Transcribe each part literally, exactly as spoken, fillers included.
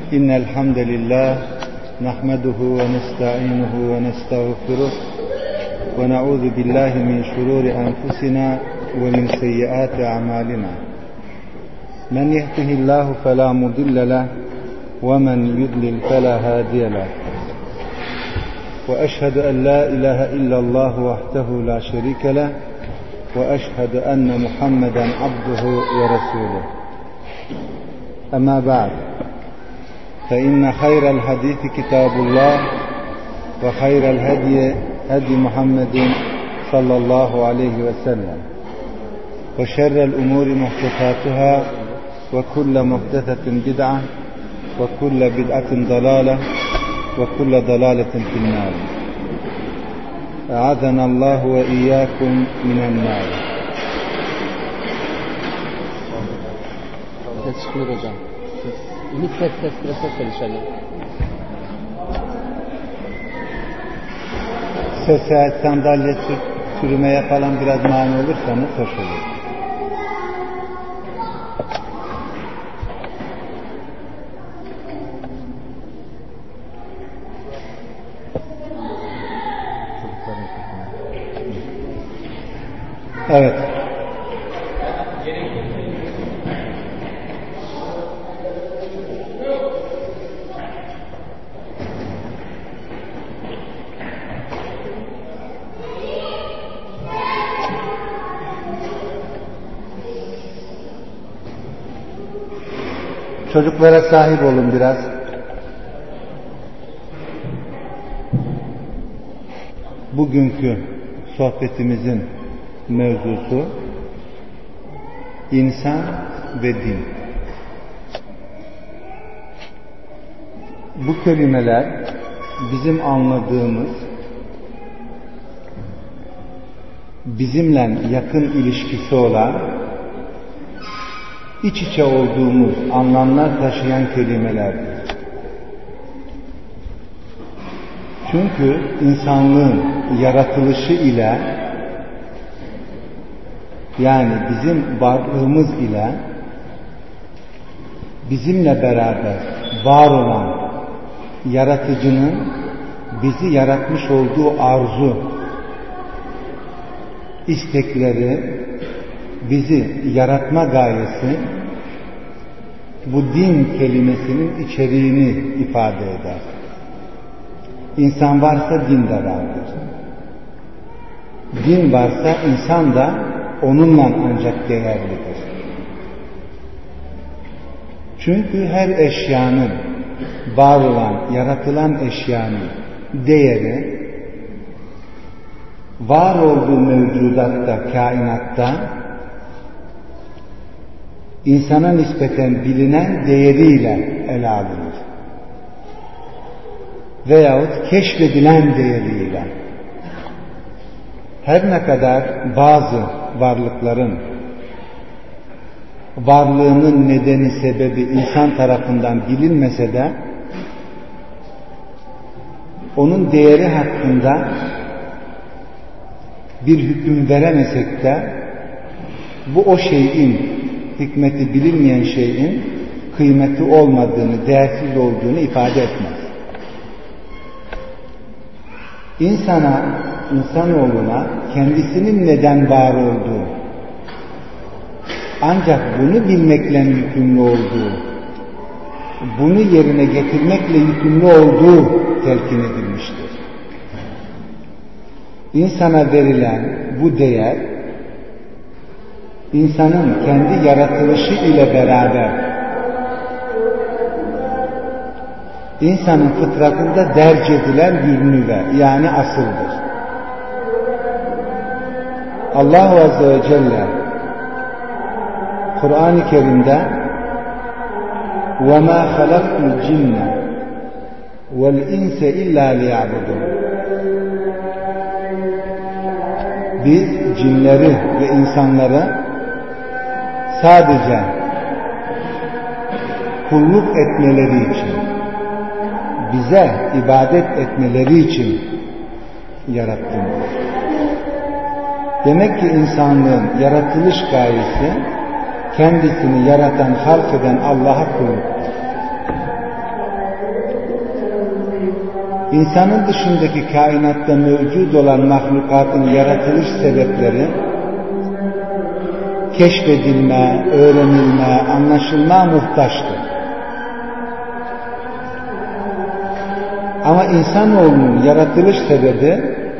إن الحمد لله نحمده ونستعينه ونستغفره ونعوذ بالله من شرور أنفسنا ومن سيئات أعمالنا من يهده الله فلا مضل له ومن يضلل فلا هادي له وأشهد أن لا إله إلا الله وحده لا شريك له وأشهد أن محمدا عبده ورسوله أما بعد فإن خير الحديث كتاب الله وخير الهدي هدي محمد صلى الله عليه وسلم وشر الأمور محدثاتها وكل محدثة بدعة وكل بدعة ضلالة وكل ضلالة في النار أعاذنا الله وإياكم من النار. Ses çıkmıyor hocam. Ümit ses ses biraz ses çalışalım. Sese, sandalye sürmeye falan biraz mani olursanız hoş olur. Evet. Çocuklara sahip olun biraz. Bugünkü sohbetimizin mevzusu insan ve din. Bu kelimeler bizim anladığımız, bizimle yakın ilişkisi olan, iç içe olduğumuz anlamlar taşıyan kelimelerdir. Çünkü insanlığın yaratılışı ile, yani bizim varlığımız ile bizimle beraber var olan yaratıcının bizi yaratmış olduğu arzu, istekleri, bizi yaratma gayesi bu din kelimesinin içeriğini ifade eder. İnsan varsa din de vardır. Din varsa insan da onunla ancak değerlidir. Çünkü her eşyanın, var olan, yaratılan eşyanın değeri, var olduğu mevcudatta, kainatta, insana nispeten bilinen değeriyle ele alınır. Veyahut keşfedilen değeriyle. Her ne kadar bazı varlıkların varlığının nedeni, sebebi insan tarafından bilinmese de onun değeri hakkında bir hüküm veremesek de bu o şeyin, hikmeti bilinmeyen şeyin kıymeti olmadığını, değersiz olduğunu ifade etmez. İnsana, insanoğluna kendisinin neden var olduğu, ancak bunu bilmekle yükümlü olduğu, bunu yerine getirmekle yükümlü olduğu telkin edilmiştir. İnsana verilen bu değer, insanın kendi yaratılışı ile beraber insanın fıtratında derc edilen bir nüve, yani asıldır. Allah Azze ve Celle Kur'an-ı Kerim'de وَمَا خَلَقْتُ الْجِنَّ وَالْاِنْسَ اِلَّا لِيَعْبُدُونَ Biz cinleri ve insanları sadece kulluk etmeleri için, bize ibadet etmeleri için yarattım. Demek ki insanlığın yaratılış gayesi kendisini yaratan, halk eden Allah'a kulluktur. insanın dışındaki kainatta mevcut olan mahlukatın yaratılış sebepleri keşfedilme, öğrenilme, anlaşılma muhtaçtır. Ama insanoğlunun yaratılış sebebi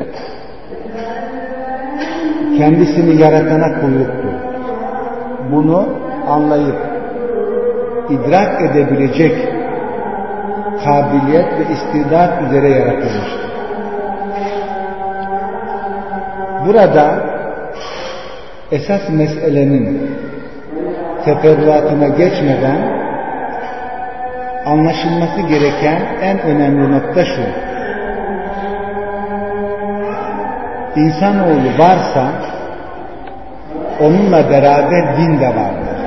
kendisini yaratana kulluktur. Bunu anlayıp idrak edebilecek kabiliyet ve istidat üzere yaratılmıştır. Burada esas meselenin teferruatına geçmeden anlaşılması gereken en önemli nokta şu: İnsanoğlu varsa onunla beraber din de vardır.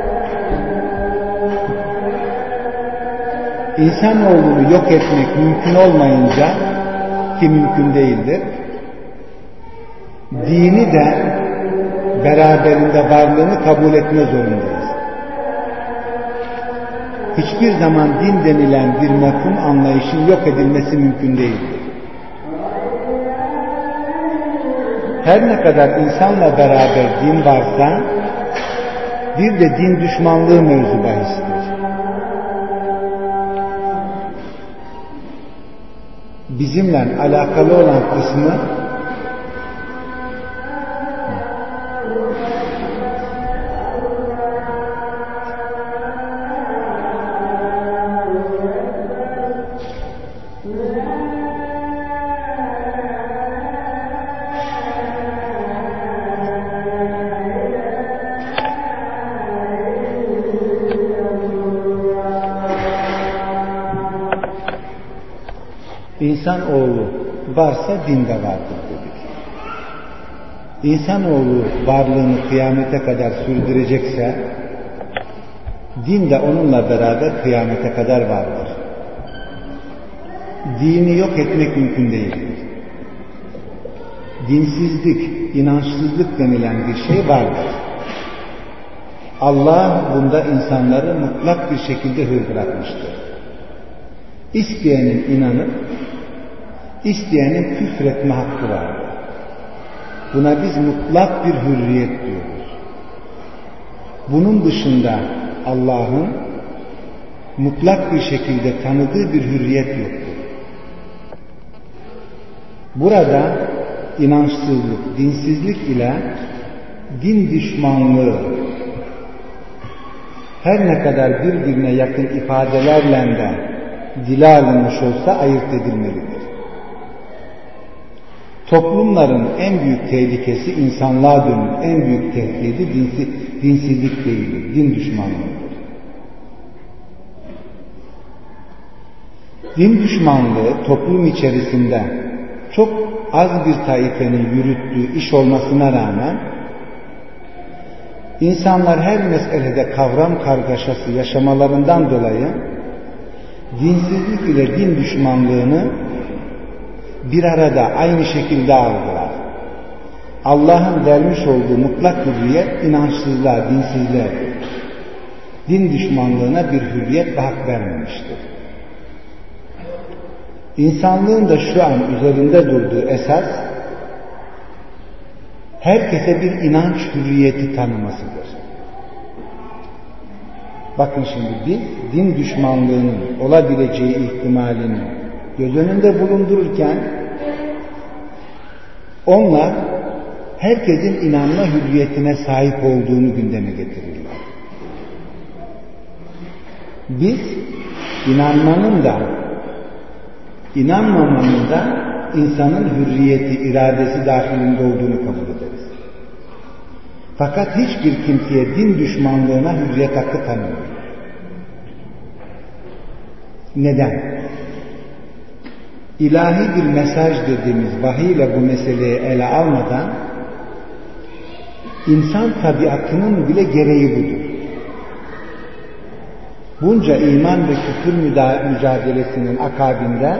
İnsanoğlunu yok etmek mümkün olmayınca, ki mümkün değildir, dini de beraberinde varlığını kabul etme zorundayız. Hiçbir zaman din denilen bir mefhum anlayışın yok edilmesi mümkün değildir. Her ne kadar insanla beraber din varsa, bir de din düşmanlığı mevzu bahistir. Bizimle alakalı olan kısmı İnsanoğlu varsa din de vardır dedik. İnsanoğlu varlığını kıyamete kadar sürdürecekse, din de onunla beraber kıyamete kadar vardır. Dini yok etmek mümkün değildir. Dinsizlik, inançsızlık denilen bir şey vardır. Allah bunda insanları mutlak bir şekilde hür bırakmıştır. İsteyenin inanıp, isteyenin küfretme hakkı vardır. Buna biz mutlak bir hürriyet diyoruz. Bunun dışında Allah'ın mutlak bir şekilde tanıdığı bir hürriyet yoktur. Burada inançsızlık, dinsizlik ile din düşmanlığı her ne kadar birbirine yakın ifadelerle de dile alınmış olsa ayırt edilmelidir. Toplumların en büyük tehlikesi, insanlığa dönük en büyük tehdidi dinsi, dinsizlik değildir, din düşmanlığıdır. Din düşmanlığı toplum içerisinde çok az bir taifenin yürüttüğü iş olmasına rağmen insanlar her meselede kavram kargaşası yaşamalarından dolayı dinsizlik ile din düşmanlığını bir arada aynı şekilde aldılar. Allah'ın vermiş olduğu mutlak hürriyet inançsızlığa, dinsizliğe, din düşmanlığına bir hürriyet ve hak vermemiştir. İnsanlığın da şu an üzerinde durduğu esas herkese bir inanç hürriyeti tanımasıdır. Bakın şimdi biz din düşmanlığının olabileceği ihtimalini göz önünde bulundururken onlar herkesin inanma hürriyetine sahip olduğunu gündeme getirirler. Biz inanmanın da inanmamanın da insanın hürriyeti, iradesi dahilinde olduğunu kabul ederiz. Fakat hiçbir kimseye din düşmanlığına hürriyet hakkı tanımıyor. Neden? İlahi bir mesaj dediğimiz vahiy ile bu meseleyi ele almadan insan tabiatının bile gereği budur. Bunca iman ve küfür mücadelesinin akabinde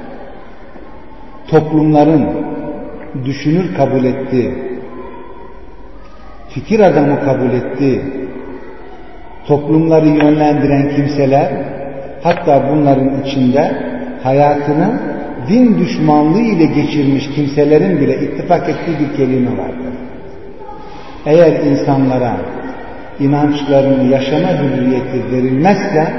toplumların düşünür kabul ettiği, fikir adamı kabul ettiği, toplumları yönlendiren kimseler, hatta bunların içinde hayatını din düşmanlığı ile geçirmiş kimselerin bile ittifak ettiği bir kelime vardır. Eğer insanlara inançlarını yaşama hürriyeti verilmezse,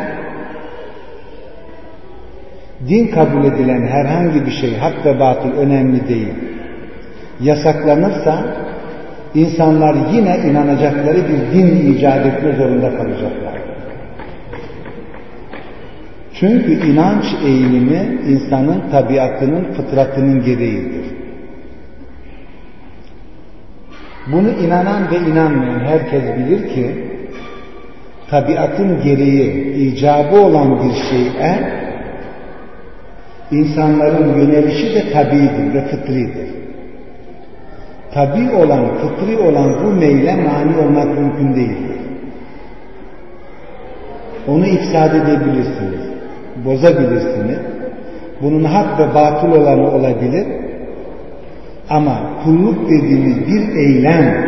din kabul edilen herhangi bir şey, hak ve batıl önemli değil, yasaklanırsa, insanlar yine inanacakları bir din icat etme zorunda kalacaklar. Çünkü inanç eğilimi insanın tabiatının, fıtratının gereğidir. Bunu inanan ve inanmayan herkes bilir ki, tabiatın gereği, icabı olan bir şeye, insanların yönelişi de tabiidir ve fıtridir. Tabii olan, fıtri olan bu meyle mani olmak mümkün değildir. Onu ifsad edebilirsiniz, bozabilirsiniz. Bunun hak ve batıl olanı olabilir. Ama kulluk dediğimiz bir eylem,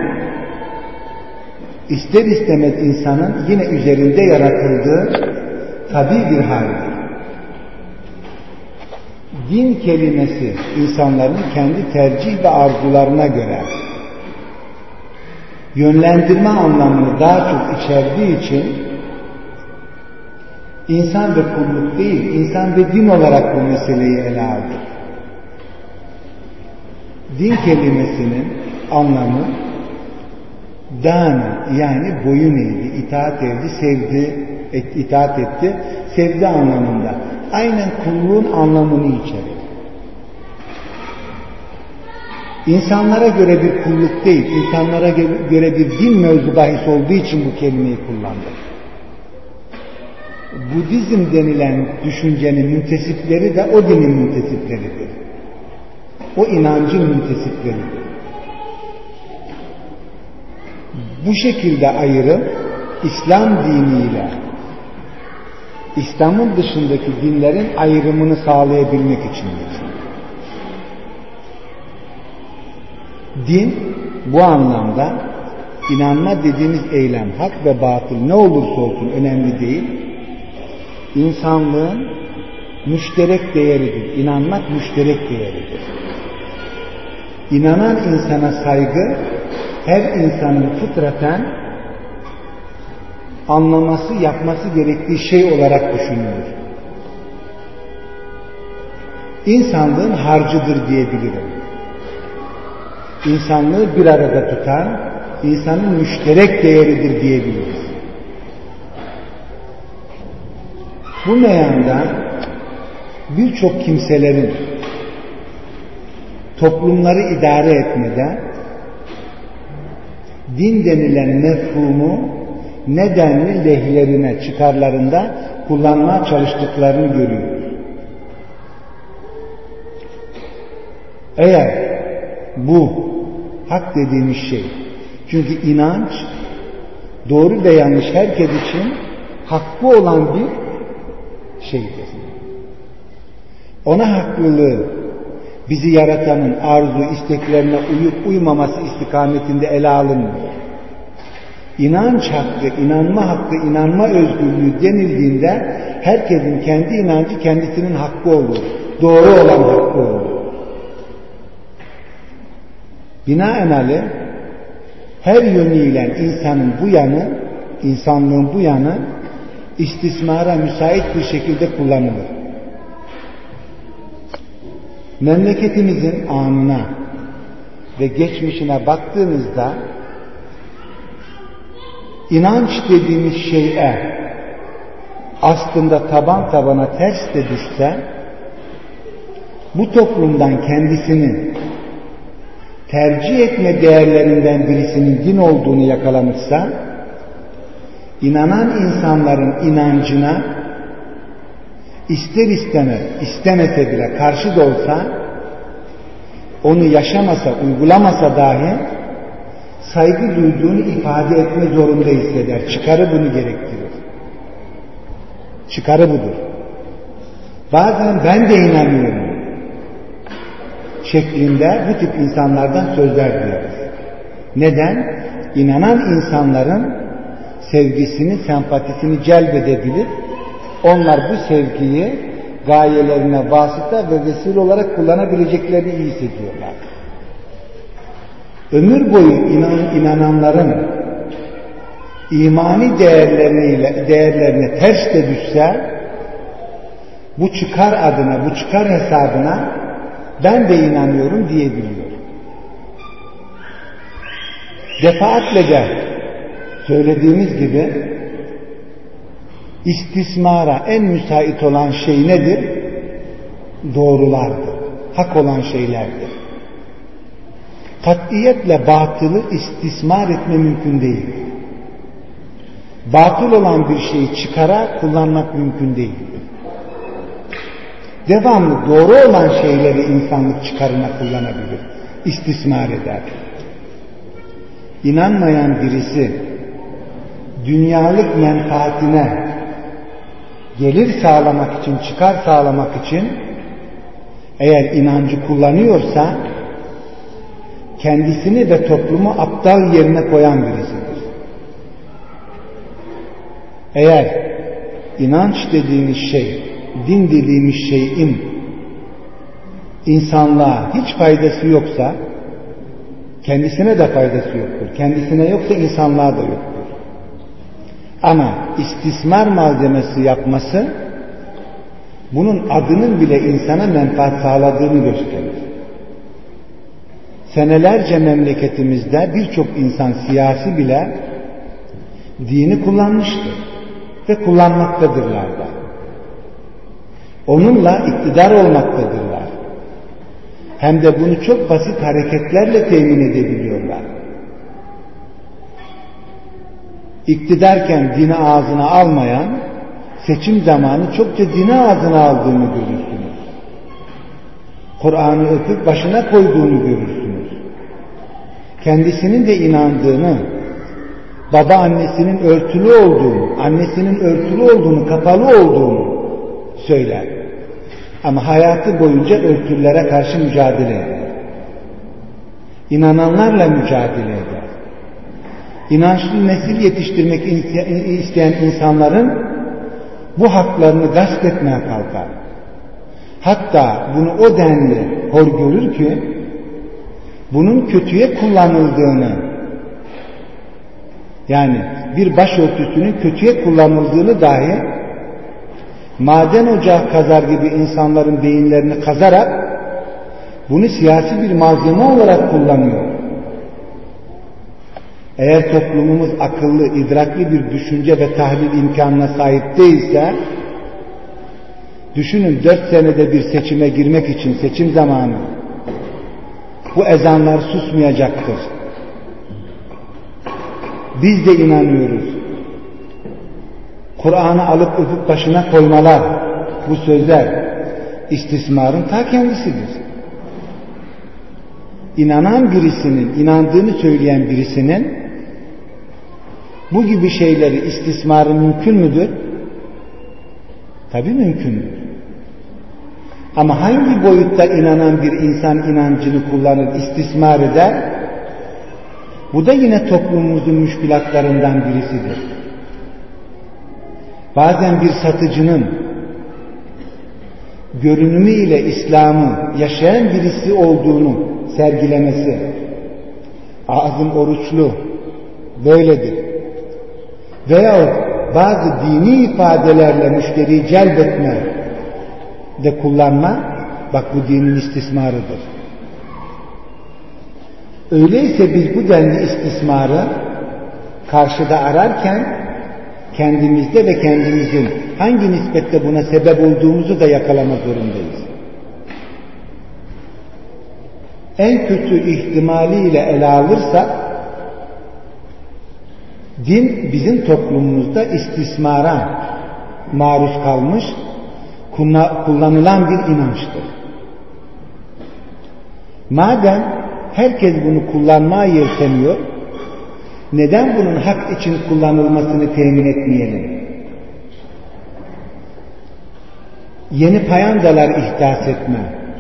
ister istemez insanın yine üzerinde yaratıldığı tabii bir haldir. Din kelimesi insanların kendi tercih ve arzularına göre yönlendirme anlamını daha çok içerdiği için insan ve kulluk değil, insan ve din olarak bu meseleyi ele aldık. Din kelimesinin anlamı dâna, yani boyun eğdi, itaat etti, sevdi, et, itaat etti, sevdi anlamında. Aynen kulluğun anlamını içerir. İnsanlara göre bir kulluk değil, insanlara göre bir din mevzu bahis olduğu için bu kelimeyi kullandık. Budizm denilen düşüncenin müntesipleri de o dinin müntesipleridir. O inancın müntesipleridir. Bu şekilde ayrım İslam diniyle İslam'ın dışındaki dinlerin ayrımını sağlayabilmek içindir. Din bu anlamda inanma dediğimiz eylem, hak ve batıl ne olursa olsun önemli değil. İnsanlığın müşterek değeridir. İnanmak müşterek değeridir. İnanan insana saygı her insanın fıtraten anlaması, yapması gerektiği şey olarak düşünülür. İnsanlığın harcıdır diyebilirim. İnsanlığı bir arada tutan, insanın müşterek değeridir diyebiliriz. Bu meyanda birçok kimselerin toplumları idare etmede din denilen mefhumu nedenli lehlerine, çıkarlarında kullanmaya çalıştıklarını görüyoruz. Eğer bu hak dediğimiz şey, çünkü inanç doğru ve yanlış herkes için hakkı olan bir şeydir. Ona haklılığı bizi yaratanın arzu, isteklerine uyup uymaması istikametinde ele alınmıyor. İnanç hakkı, inanma hakkı, inanma özgürlüğü denildiğinde herkesin kendi inancı kendisinin hakkı olur. Doğru olan hakkı olur. Binaenaleyh her yönüyle insanın bu yanı, insanlığın bu yanı istismara müsait bir şekilde kullanılır. Memleketimizin anına ve geçmişine baktığınızda inanç dediğimiz şeye aslında taban tabana ters de düşse, bu toplumdan kendisini tercih etme değerlerinden birisinin din olduğunu yakalamışsa, inanan insanların inancına ister istemez, istemese bile karşı da olsa, onu yaşamasa, uygulamasa dahi saygı duyduğunu ifade etme zorunda hisseder. Çıkarı bunu gerektirir. Çıkarı budur. Bazen ben de inanıyorum şeklinde bu tip insanlardan sözler duyarız. Neden? İnanan insanların sevgisini, sempatisini celbedebilir. Onlar bu sevgiyi gayelerine vasıta ve vesile olarak kullanabileceklerini iyi hissediyorlar. Ömür boyu inan, inananların imani değerlerine, değerlerine ters de düşse, bu çıkar adına, bu çıkar hesabına ben de inanıyorum diyebiliyor. Defaatle de söylediğimiz gibi istismara en müsait olan şey nedir? Doğrulardır. Hak olan şeylerdir. Katiyetle batılı istismar etme mümkün değil. Batıl olan bir şeyi çıkara kullanmak mümkün değil. Devamlı doğru olan şeyleri insanlık çıkarına kullanabilir. İstismar eder. İnanmayan birisi dünyalık menfaatine gelir sağlamak için, çıkar sağlamak için eğer inancı kullanıyorsa kendisini ve toplumu aptal yerine koyan birisidir. Eğer inanç dediğimiz şey, din dediğimiz şeyin insanlığa hiç faydası yoksa kendisine de faydası yoktur. Kendisine yoksa insanlığa da yoktur. Ama istismar malzemesi yapması bunun adının bile insana menfaat sağladığını gösterir. Senelerce memleketimizde birçok insan siyasi bile dini kullanmıştır ve kullanmaktadırlar da. Onunla iktidar olmaktadırlar. Hem de bunu çok basit hareketlerle temin edebiliyorlar. İktidarken dini ağzına almayan, seçim zamanı çokça dini ağzına aldığını görürsünüz. Kur'an'ı öpüp başına koyduğunu görürsünüz. Kendisinin de inandığını, baba annesinin örtülü olduğunu, annesinin örtülü olduğunu, kapalı olduğunu söyler. Ama hayatı boyunca örtülere karşı mücadele eder. İnananlarla mücadele eder. İnançlı nesil yetiştirmek isteyen insanların bu haklarını gasp etmeye kalkar. Hatta bunu o denli hor görür ki bunun kötüye kullanıldığını, yani bir başörtüsünün kötüye kullanıldığını dahi maden ocağı kazar gibi insanların beyinlerini kazarak bunu siyasi bir malzeme olarak kullanıyor. Eğer toplumumuz akıllı, idrakli bir düşünce ve tahlil imkanına sahip değilse, düşünün dört senede bir seçime girmek için seçim zamanı bu ezanlar susmayacaktır. Biz de inanıyoruz. Kur'an'ı alıp öpüp başına koymalar, bu sözler istismarın ta kendisidir. İnanan birisinin, inandığını söyleyen birisinin bu gibi şeyleri istismarı mümkün müdür? Tabii mümkündür. Ama hangi boyutta inanan bir insan inancını kullanır, istismar eder? Bu da yine toplumumuzun müşkülatlarından birisidir. Bazen bir satıcının görünümü ile İslam'ı yaşayan birisi olduğunu sergilemesi, ağzım oruçlu, böyledir. Veyahut bazı dini ifadelerle müşteriyi celbetme de kullanma, bak bu dinin istismarıdır. Öyleyse biz bu denli istismarı karşıda ararken kendimizde ve kendimizin hangi nispette buna sebep olduğumuzu da yakalama zorundayız. En kötü ihtimaliyle ele alırsak din bizim toplumumuzda istismara maruz kalmış, kullanılan bir inançtır. Madem herkes bunu kullanmaya yelteniyor, neden bunun hak için kullanılmasını temin etmeyelim? Yeni payandalar ihdas etme,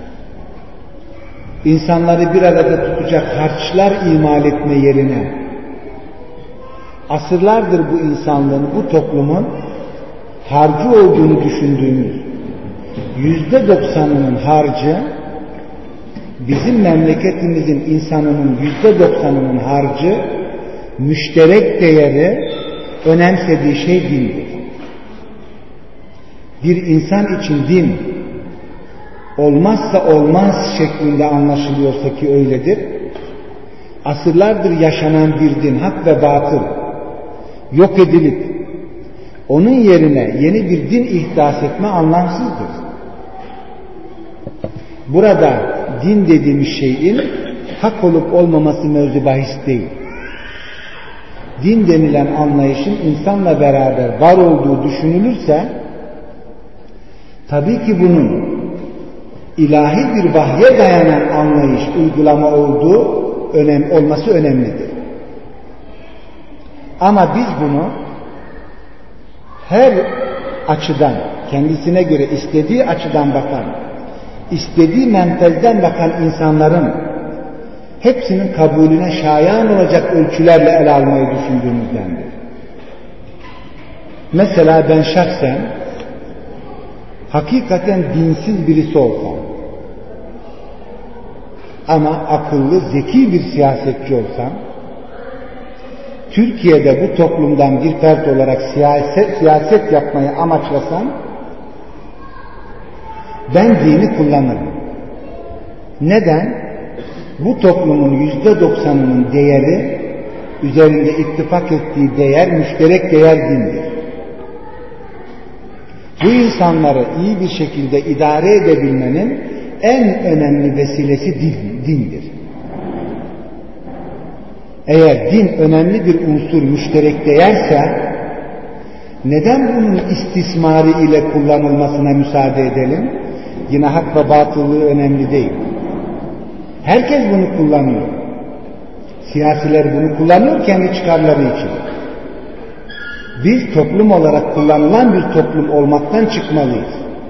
insanları bir arada tutacak harçlar imal etme yerine, asırlardır bu insanlığın, bu toplumun harcı olduğunu düşündüğümüz, yüzde doksanının harcı, bizim memleketimizin insanının yüzde doksanının harcı, müşterek değeri, önemsediği şey dindir. Bir insan için din olmazsa olmaz şeklinde anlaşılıyorsa ki öyledir, asırlardır yaşanan bir din, hak ve batıl yok edilip onun yerine yeni bir din ihdas etme anlamsızdır. Burada din dediğimiz şeyin hak olup olmaması mevzu bahis değil. Din denilen anlayışın insanla beraber var olduğu düşünülürse, tabii ki bunun ilahi bir vahye dayanan anlayış, uygulama olduğu önem, olması önemlidir. Ama biz bunu her açıdan, kendisine göre istediği açıdan bakan, istediği menfezden bakan insanların hepsinin kabulüne şayan olacak ölçülerle ele almayı düşündüğümüzdendir. Mesela ben şahsen hakikaten dinsiz birisi olsam ama akıllı, zeki bir siyasetçi olsam, Türkiye'de bu toplumdan bir fert olarak siyaset, siyaset yapmayı amaçlasam, ben dini kullanırım. Neden? Bu toplumun yüzde doksanının değeri, üzerinde ittifak ettiği değer, müşterek değer dindir. Bu insanları iyi bir şekilde idare edebilmenin en önemli vesilesi din, dindir. Eğer din önemli bir unsur, müşterek değerse, neden bunun istismarı ile kullanılmasına müsaade edelim? Yine hak ve batıllığı önemli değil. Herkes bunu kullanıyor. Siyasiler bunu kullanıyor kendi çıkarları için. Biz toplum olarak kullanılan bir toplum olmaktan çıkmalıyız.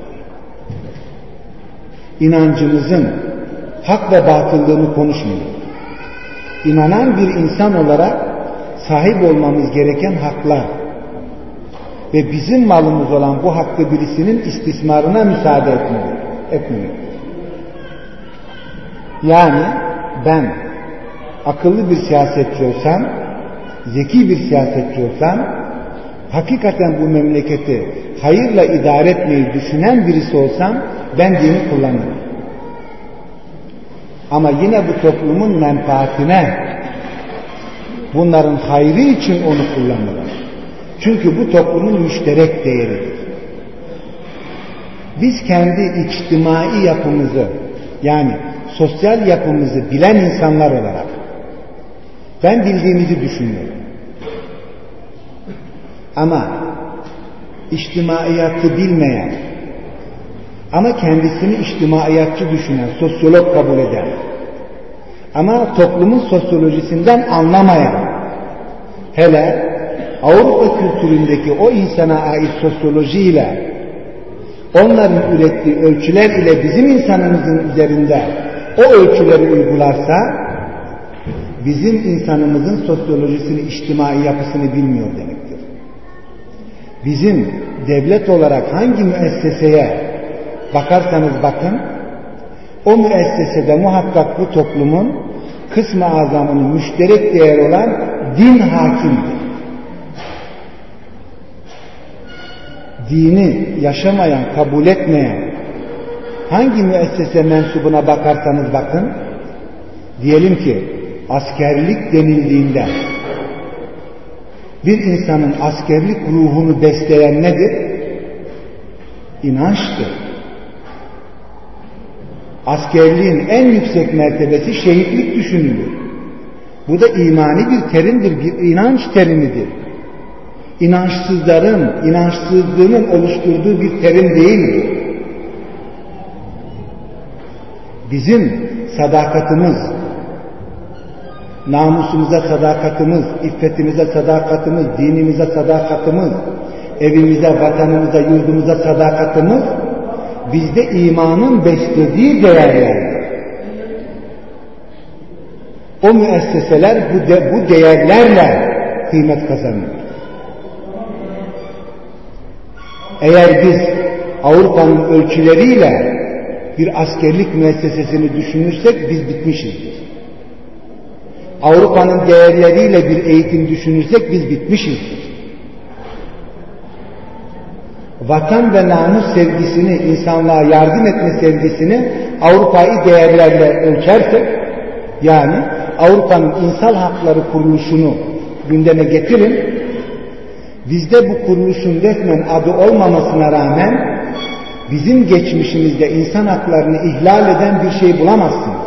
İnancımızın hak ve batıllığını konuşmuyoruz. İnanan bir insan olarak sahip olmamız gereken haklar ve bizim malımız olan bu hakkı birisinin istismarına müsaade etmiyor. Yani ben akıllı bir siyasetçi olsam, zeki bir siyasetçi olsam, hakikaten bu memleketi hayırla idare etmeyi düşünen birisi olsam, ben dini kullanırım. Ama yine bu toplumun menfaatine, bunların hayrı için onu kullanırım. Çünkü bu toplumun müşterek değeridir. Biz kendi içtimai yapımızı, yani sosyal yapımızı bilen insanlar olarak, ben bildiğimizi düşünüyorum. Ama içtimaiyatı bilmeyen, ama kendisini içtimaiyatçı düşünen, sosyolog kabul eden, ama toplumun sosyolojisinden anlamayan, hele Avrupa kültüründeki o insana ait sosyolojiyle, onların ürettiği ölçüler ile bizim insanımızın üzerinde o ölçüleri uygularsa, bizim insanımızın sosyolojisini, içtimai yapısını bilmiyor demektir. Bizim devlet olarak hangi müesseseye bakarsanız bakın, o müessesede muhakkak bu toplumun kısmı azamının müşterek değer olan din hakimdir. Dini yaşamayan, kabul etmeyen hangi müessese mensubuna bakarsanız bakın, diyelim ki askerlik denildiğinde bir insanın askerlik ruhunu besleyen nedir? İnançtır. Askerliğin en yüksek mertebesi şehitlik düşünülür. Bu da imani bir terimdir, bir inanç terimidir. İnançsızların, inançsızlığının oluşturduğu bir terim değildir. Bizim sadakatimiz, namusumuza sadakatimiz, iffetimize sadakatimiz, dinimize sadakatimiz, evimize, vatanımıza, yurdumuza sadakatimiz, bizde imanın beslediği değerlerdir. O müesseseler bu, de, bu değerlerle kıymet kazanıyor. Eğer biz Avrupa'nın ölçüleriyle bir askerlik müessesesini düşünürsek biz bitmişizdir. Avrupa'nın değerleriyle bir eğitim düşünürsek biz bitmişizdir. Vatan ve namus sevgisini, insanlığa yardım etme sevgisini Avrupa'yı değerlerle ölçersek, yani Avrupa'nın İnsan Hakları Kuruluşu'nu gündeme getirin, bizde bu kuruluşun resmen adı olmamasına rağmen bizim geçmişimizde insan haklarını ihlal eden bir şey bulamazsınız.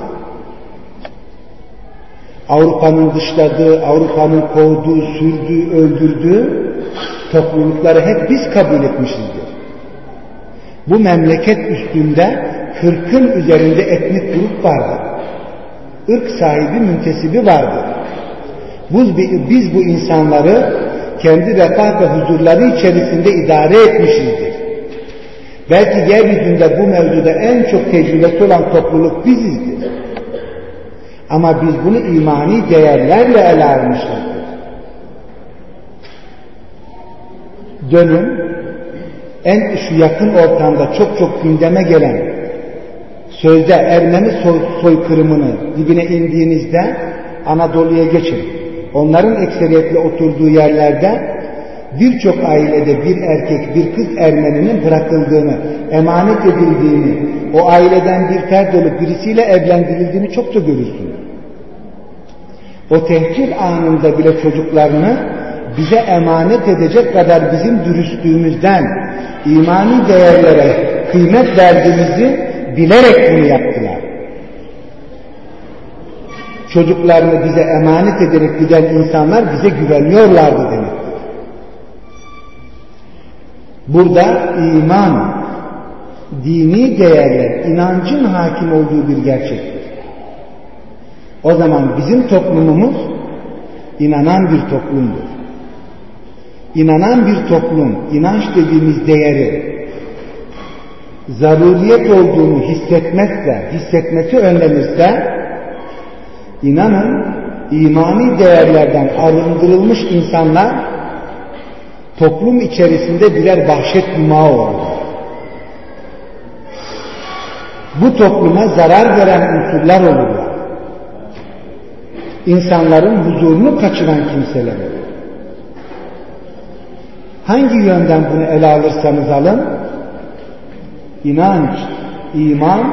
Avrupa'nın dışladığı, Avrupa'nın kovduğu, sürdüğü, öldürdüğü toplulukları hep biz kabul etmişizdir. Bu memleket üstünde kırkın üzerinde etnik grup vardır. Irk sahibi, müntesibi vardır. Biz bu insanları kendi refah ve huzurları içerisinde idare etmişizdir. Belki yeryüzünde bu mevzuda en çok tecrübesi olan topluluk bizizdir. Ama biz bunu imani değerlerle ele almışızdır. Dönün, en şu yakın ortamda çok çok gündeme gelen sözde Ermeni soy, soykırımını dibine indiğinizde Anadolu'ya geçin. Onların ekseriyetle oturduğu yerlerde birçok ailede bir erkek, bir kız Ermeninin bırakıldığını, emanet edildiğini, o aileden bir fert olup birisiyle evlendirildiğini çokça görürsünüz. O tehcir anında bile çocuklarını bize emanet edecek kadar bizim dürüstlüğümüzden, imani değerlere kıymet verdiğimizi bilerek bunu yaptılar. Çocuklarını bize emanet ederek giden insanlar bize güveniyorlardı demektir. Burada iman, dini değerler, inancın hakim olduğu bir gerçektir. O zaman bizim toplumumuz inanan bir toplumdur. İnanan bir toplum, inanç dediğimiz değeri zaruriyet olduğunu hissetmezse, hissetmesi önlenirse, inanın imani değerlerden arındırılmış insanlar toplum içerisinde birer vahşet yumağı olur. Bu topluma zarar veren unsurlar olurlar. İnsanların huzurunu kaçıran kimseler. Hangi yönden bunu ele alırsanız alın, inanç, iman,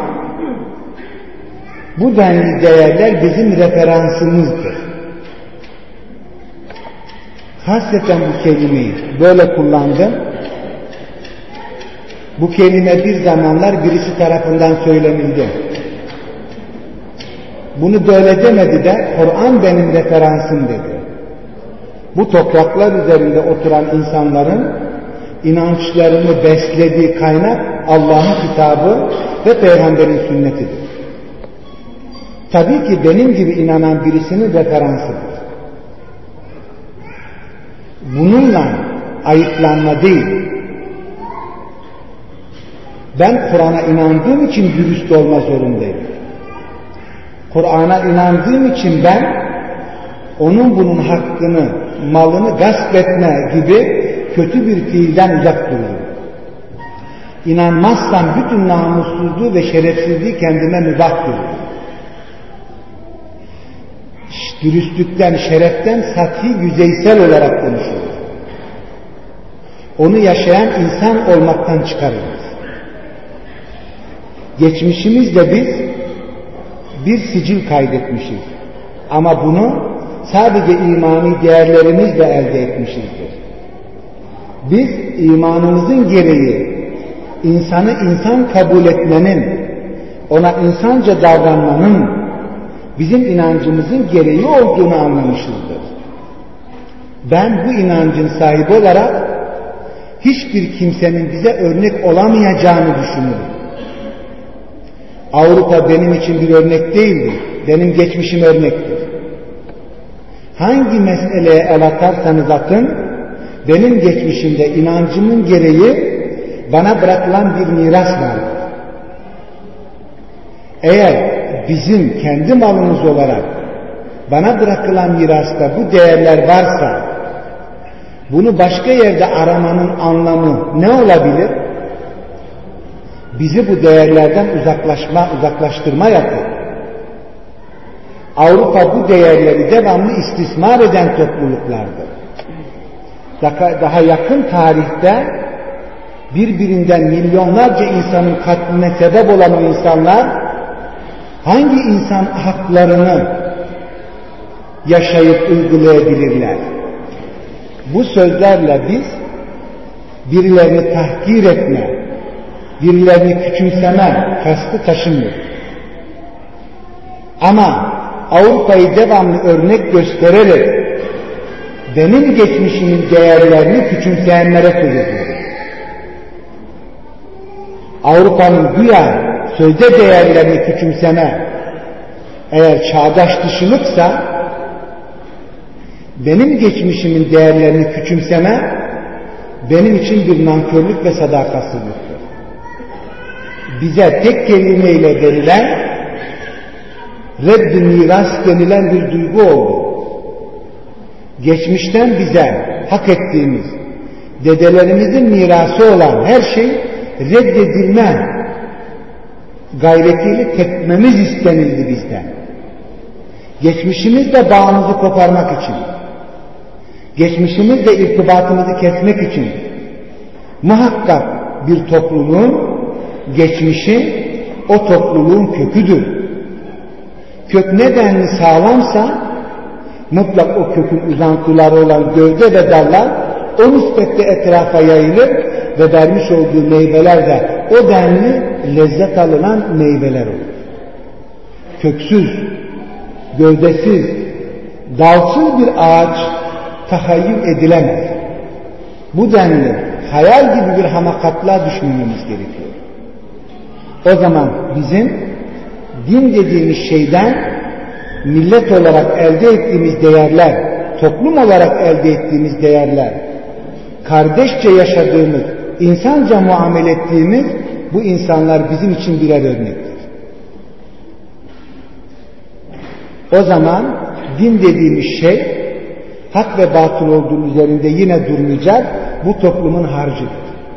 bu denli değerler bizim referansımızdır. Hasreten bu kelimeyi böyle kullandım. Bu kelime bir zamanlar birisi tarafından söylenildi. Bunu böyle demedi de Kur'an benim referansım dedi. Bu topraklar üzerinde oturan insanların inançlarını beslediği kaynak Allah'ın kitabı ve Peygamberin sünnetidir. Tabii ki benim gibi inanan birisinin referansıdır. Bununla ayıplanma değil. Ben Kur'an'a inandığım için dürüst olma zorundayım. Kur'an'a inandığım için ben onun bunun hakkını, malını gasp etme gibi kötü bir fiilden uzak dururum. İnanmazsam bütün namussuzluğu ve şerefsizliği kendime mübah görürüm. Dürüstlükten, şereften sathi, yüzeysel olarak konuşuyoruz. Onu yaşayan insan olmaktan çıkarırız. Geçmişimizde biz bir sicil kaydetmişiz. Ama bunu sadece imani değerlerimizle elde etmişizdir. Biz imanımızın gereği insanı insan kabul etmenin, ona insanca davranmanın bizim inancımızın gereği olduğunu anlamışızdır. Ben bu inancın sahibi olarak hiçbir kimsenin bize örnek olamayacağını düşünüyorum. Avrupa benim için bir örnek değildir. Benim geçmişim örnektir. Hangi meseleye el atarsanız atın, benim geçmişimde inancımın gereği bana bırakılan bir miras vardır. Eğer bizim kendi malımız olarak bana bırakılan mirasta bu değerler varsa, bunu başka yerde aramanın anlamı ne olabilir? bizi bu değerlerden uzaklaşma, uzaklaştırma yapıyor. Avrupa bu değerleri devamlı istismar eden topluluklardır. Daha, daha yakın tarihte birbirinden milyonlarca insanın katline sebep olan o insanlar hangi insan haklarını yaşayıp uygulayabilirler? Bu sözlerle biz birilerini tahkir etme, birilerini küçümseme kastı taşımıyoruz. Ama Avrupa'yı devamlı örnek göstererek benim geçmişimin değerlerini küçümseyenlere söz ediyorum. Avrupa'nın güya sözde değerlerini küçümseme eğer çağdaş dışılıksa, benim geçmişimin değerlerini küçümseme benim için bir nankörlük ve sadakatsizliktir. Bize tek kelimeyle verilen redd-i miras denilen bir duygu oldu. Geçmişten bize hak ettiğimiz, dedelerimizin mirası olan her şey reddedilme gayretiyle tepmemiz istenildi bizden. Geçmişimizle bağımızı koparmak için, geçmişimizle irtibatımızı kesmek için muhakkak bir topluluğun geçmişi o topluluğun köküdür. Kök nedenli sağlamsa mutlak o kökün uzantıları olan gövde ve dallar o nispetle etrafa yayılır ve vermiş olduğu meyveler de o denli lezzet alınan meyveler olur. Köksüz, gövdesiz, dalsız bir ağaç tahayyül edilemez. Bu denli hayal gibi bir hamakatlığa düşmememiz gerekiyor. O zaman bizim din dediğimiz şeyden millet olarak elde ettiğimiz değerler, toplum olarak elde ettiğimiz değerler, kardeşçe yaşadığımız, insanca muamele ettiğimiz bu insanlar bizim için birer örnektir. O zaman din dediğimiz şey hak ve batıl olduğu üzerinde yine durmayacak, bu toplumun harcıdır.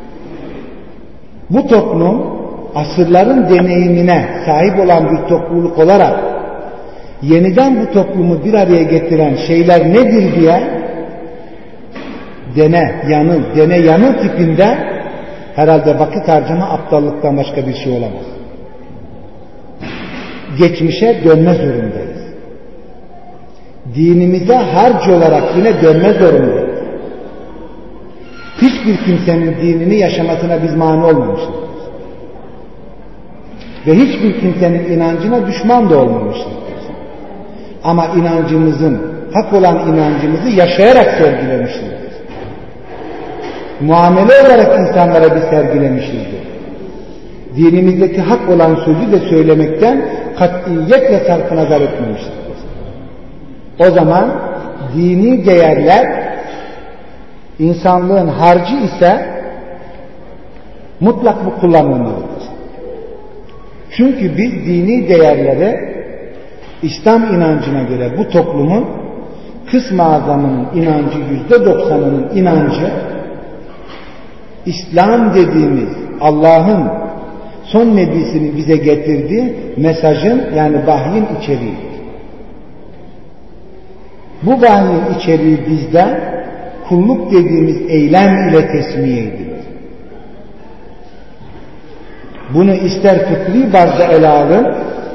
Bu toplum asırların deneyimine sahip olan bir topluluk olarak yeniden bu toplumu bir araya getiren şeyler nedir diye dene, yanıl, dene, yanıl tipinde herhalde vakit harcama aptallıktan başka bir şey olamaz. Geçmişe dönme zorundayız. Dinimize harcı olarak yine dönme zorundayız. Hiçbir kimsenin dinini yaşamasına biz mani olmamışız. Ve hiçbir kimsenin inancına düşman da olmamışız. Ama inancımızın, hak olan inancımızı yaşayarak sergilemişizdir. Muamele olarak insanlara bir sergilemişizdir. Dinimizdeki hak olan sözü de söylemekten katiyetle sarf nazar etmemişizdir. O zaman dini değerler insanlığın harcı ise mutlak bu kullanılmalıdır. Çünkü biz dini değerleri İslam inancına göre bu toplumun kısm-ı azamının inancı, yüzde doksanının inancı İslam dediğimiz Allah'ın son nebisini bize getirdiği mesajın, yani vahyin içeriğidir. Bu vahyin içeriği bizde kulluk dediğimiz eylem ile tesmiye edilir. Bunu ister fıkri bazda ele alın,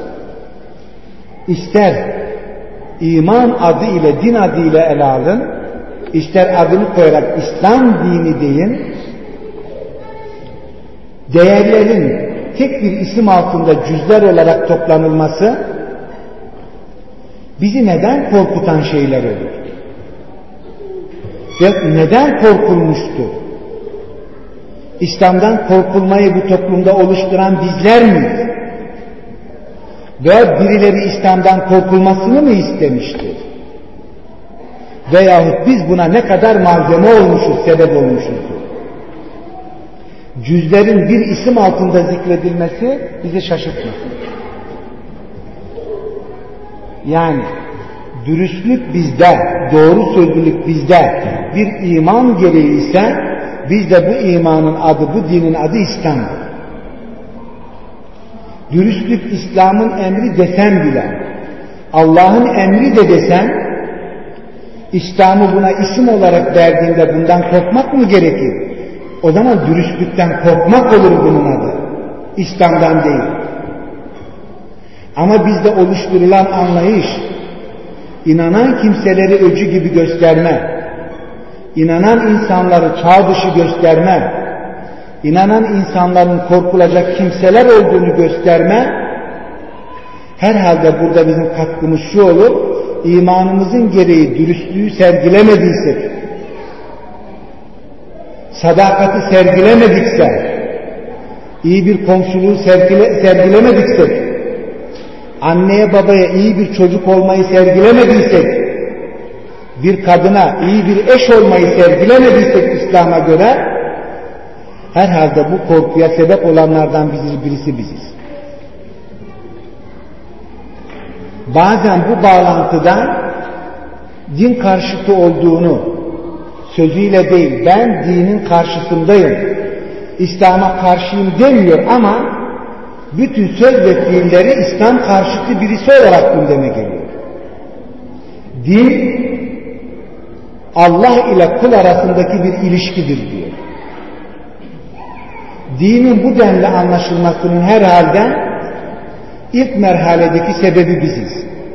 ister iman adı ile, din adı ile ele alın, ister adını koyarak İslam dini deyin, değerlerin tek bir isim altında cüzler olarak toplanılması bizi neden korkutan şeyler olur? Ve neden korkulmuştur? İslam'dan korkulmayı bu toplumda oluşturan bizler miyiz? Veya birileri İslam'dan korkulmasını mı istemiştir? Veyahut biz buna ne kadar malzeme olmuşuz, sebep olmuşuzdur? Cüzlerin bir isim altında zikredilmesi bizi şaşırtmasın. Yani dürüstlük bizde, doğru sözlülük bizde bir iman gereği ise biz de bu imanın adı, bu dinin adı İslam'dır. Dürüstlük İslam'ın emri desem bile, Allah'ın emri de desem, İslam'ı buna isim olarak verdiğinde bundan korkmak mı gerekir? O zaman dürüstlükten korkmak olur bunun adı. İslam'dan değil. Ama bizde oluşturulan anlayış, inanan kimseleri öcü gibi gösterme, inanan insanları çağ dışı gösterme, inanan insanların korkulacak kimseler olduğunu gösterme, herhalde burada bizim katkımız şu olur, imanımızın gereği dürüstlüğü sergilemediysek, sadakati sergilemedikse, iyi bir komşuluğu sergile, sergilemediksek, anneye babaya iyi bir çocuk olmayı sergilemediysek, bir kadına iyi bir eş olmayı sergilemediysek İslam'a göre, herhalde bu korkuya sebep olanlardan birisi biziz. Bazen bu bağlantıda din karşıtı olduğunu sözüyle değil, ben dinin karşısındayım, İslam'a karşıyım demiyor ama bütün söz ve fiilleri İslam karşıtı birisi olarak gündeme geliyor. Din Allah ile kul arasındaki bir ilişkidir diyor. Dinin bu denli anlaşılmasının herhalde ilk merhaledeki sebebi biziz.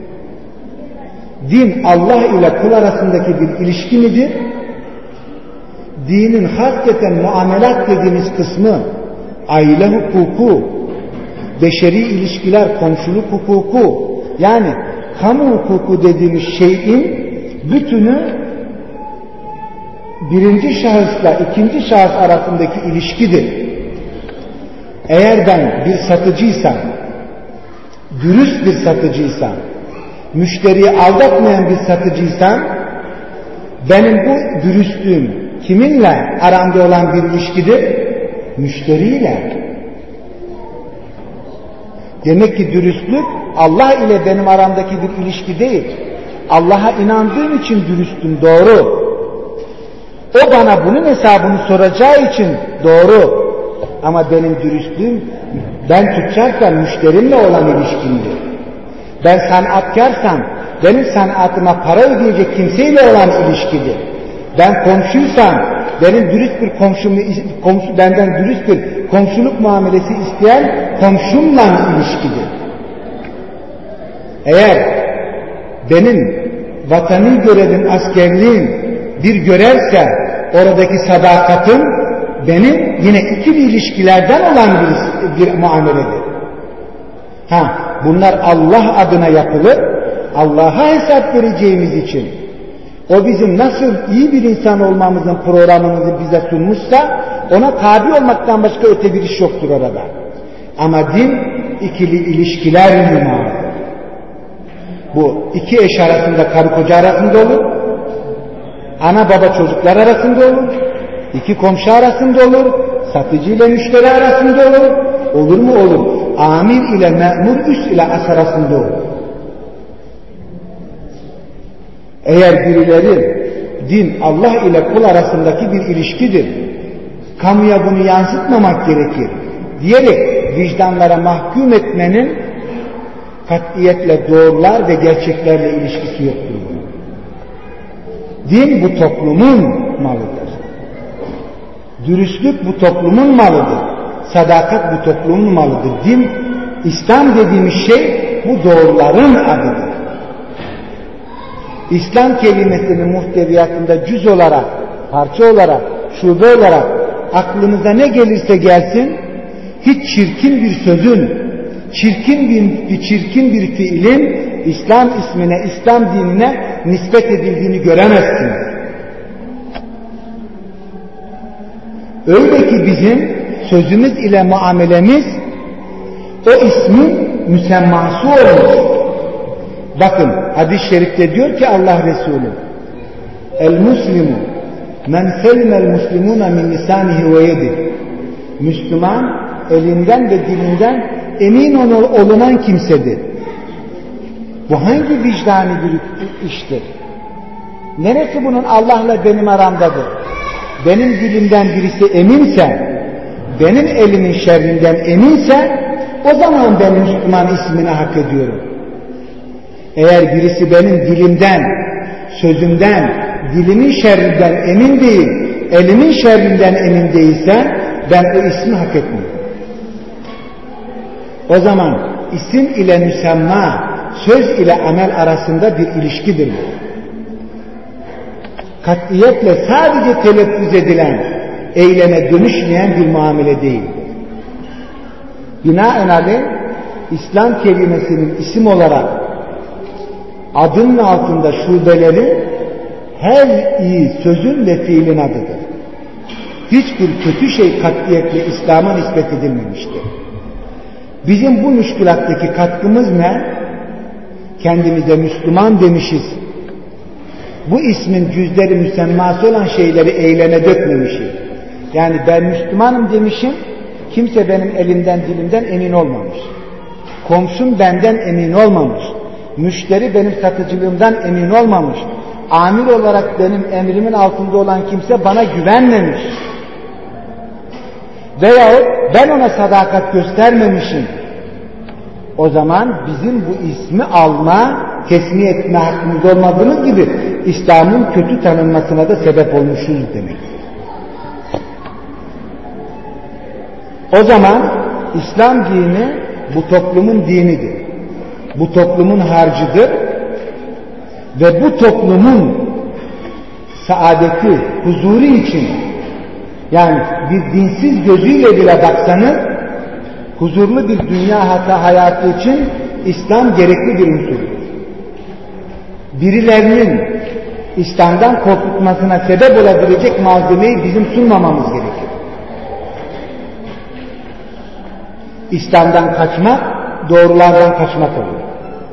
Din Allah ile kul arasındaki bir ilişki midir? Dinin hasreten muamelat dediğimiz kısmı, aile hukuku, beşeri ilişkiler, komşuluk hukuku, yani kamu hukuku dediğimiz şeyin bütünü birinci şahısla ikinci şahıs arasındaki ilişkidir. Eğer ben bir satıcıysam, dürüst bir satıcıysam, müşteriyi aldatmayan bir satıcıysam, benim bu dürüstlüğüm kiminle aramda olan bir ilişkidir? Müşteriyle. Demek ki dürüstlük Allah ile benim aramdaki bir ilişki değil. Allah'a inandığım için dürüstüm, doğru. O bana bunun hesabını soracağı için doğru. Ama benim dürüstlüğüm, ben tüccarsam müşterimle olan ilişkimdir. Ben sanatkarsam benim sanatıma para ödeyecek kimseyle olan ilişkidir. Ben komşuysam benim dürüst bir komşum, komşu, benden dürüst bir komşuluk muamelesi isteyen komşumla ilişkidir. Eğer benim vatani görevim, askerliğim bir görevse oradaki sadakatim benim yine ikili ilişkilerden olan bir, bir muameledir. Ha, bunlar Allah adına yapılır, Allah'a hesap vereceğimiz için. O bizim nasıl iyi bir insan olmamızın programımızı bize sunmuşsa ona tabi olmaktan başka öte bir iş yoktur orada. Ama din ikili ilişkiler mimarıdır. Bu iki eş arasında, karı koca arasında olur, ana baba çocuklar arasında olur, iki komşu arasında olur, satıcı ile müşteri arasında olur, olur mu olur, amir ile memur, üst ile as arasında olur. Eğer birileri din Allah ile kul arasındaki bir ilişkidir, kamuya bunu yansıtmamak gerekir diyerek vicdanlara mahkum etmenin katiyetle doğrular ve gerçeklerle ilişkisi yoktur bunun. Din bu toplumun malıdır. Dürüstlük bu toplumun malıdır. Sadakat bu toplumun malıdır. Din, İslam dediğimiz şey bu doğruların adıdır. İslam kelimesinin muhteviyatında cüz olarak, parça olarak, şube olarak aklınıza ne gelirse gelsin, hiç çirkin bir sözün, çirkin bir, çirkin bir fiilin İslam ismine, İslam dinine nispet edildiğini göremezsiniz. Öyle ki bizim sözümüz ile muamelemiz o ismin müsemması olmuş. Bakın hadis-i şerifte diyor ki Allah Resulü, el-muslimu men selimel muslimuna min lisanihi ve yedi. Müslüman elinden ve dilinden emin olunan kimsedir. Bu hangi vicdani bir iştir? Neresi bunun Allah'la benim aramdadır? Benim dilimden birisi eminse, benim elimin şerrinden eminse, o zaman ben Müslüman ismini hak ediyorum. Eğer birisi benim dilimden, sözümden, dilimin şerrinden emin değil, elimin şerrinden emin değilse ben o ismi hak etmiyorum. O zaman isim ile müsemma, söz ile amel arasında bir ilişkidir bu. Katiyetle sadece telaffuz edilen, eyleme dönüşmeyen bir muamele değil. Binaenaleyh İslam kelimesinin isim olarak adının altında şubeleri her iyi sözün ve fiilin adıdır. Hiçbir kötü şey katiyetle İslam'a nispet edilmemiştir. Bizim bu müşkülattaki katkımız ne? Kendimize Müslüman demişiz. Bu ismin cüzleri müsemması olan şeyleri eyleme dökmemişiz. Yani ben Müslümanım demişim, kimse benim elimden dilimden emin olmamış. Komşum benden emin olmamış. Müşteri benim satıcılığımdan emin olmamış. Amir olarak benim emrimin altında olan kimse bana güvenmemiş. Veyahut ben ona sadakat göstermemişim. O zaman bizim bu ismi alma, tesmih etme hakkımız olmadığımız gibi İslam'ın kötü tanınmasına da sebep olmuşuz demektir. O zaman İslam dini bu toplumun dinidir. Bu toplumun harcıdır. Ve bu toplumun saadeti, huzuru için, yani bir dinsiz gözüyle bile baksanız, huzurlu bir dünya hata hayatı için İslam gerekli bir unsurdur. Birilerinin İslam'dan korkutmasına sebep olabilecek malzemeyi bizim sunmamamız gerekir. İslam'dan kaçmak, doğrulardan kaçmak olur.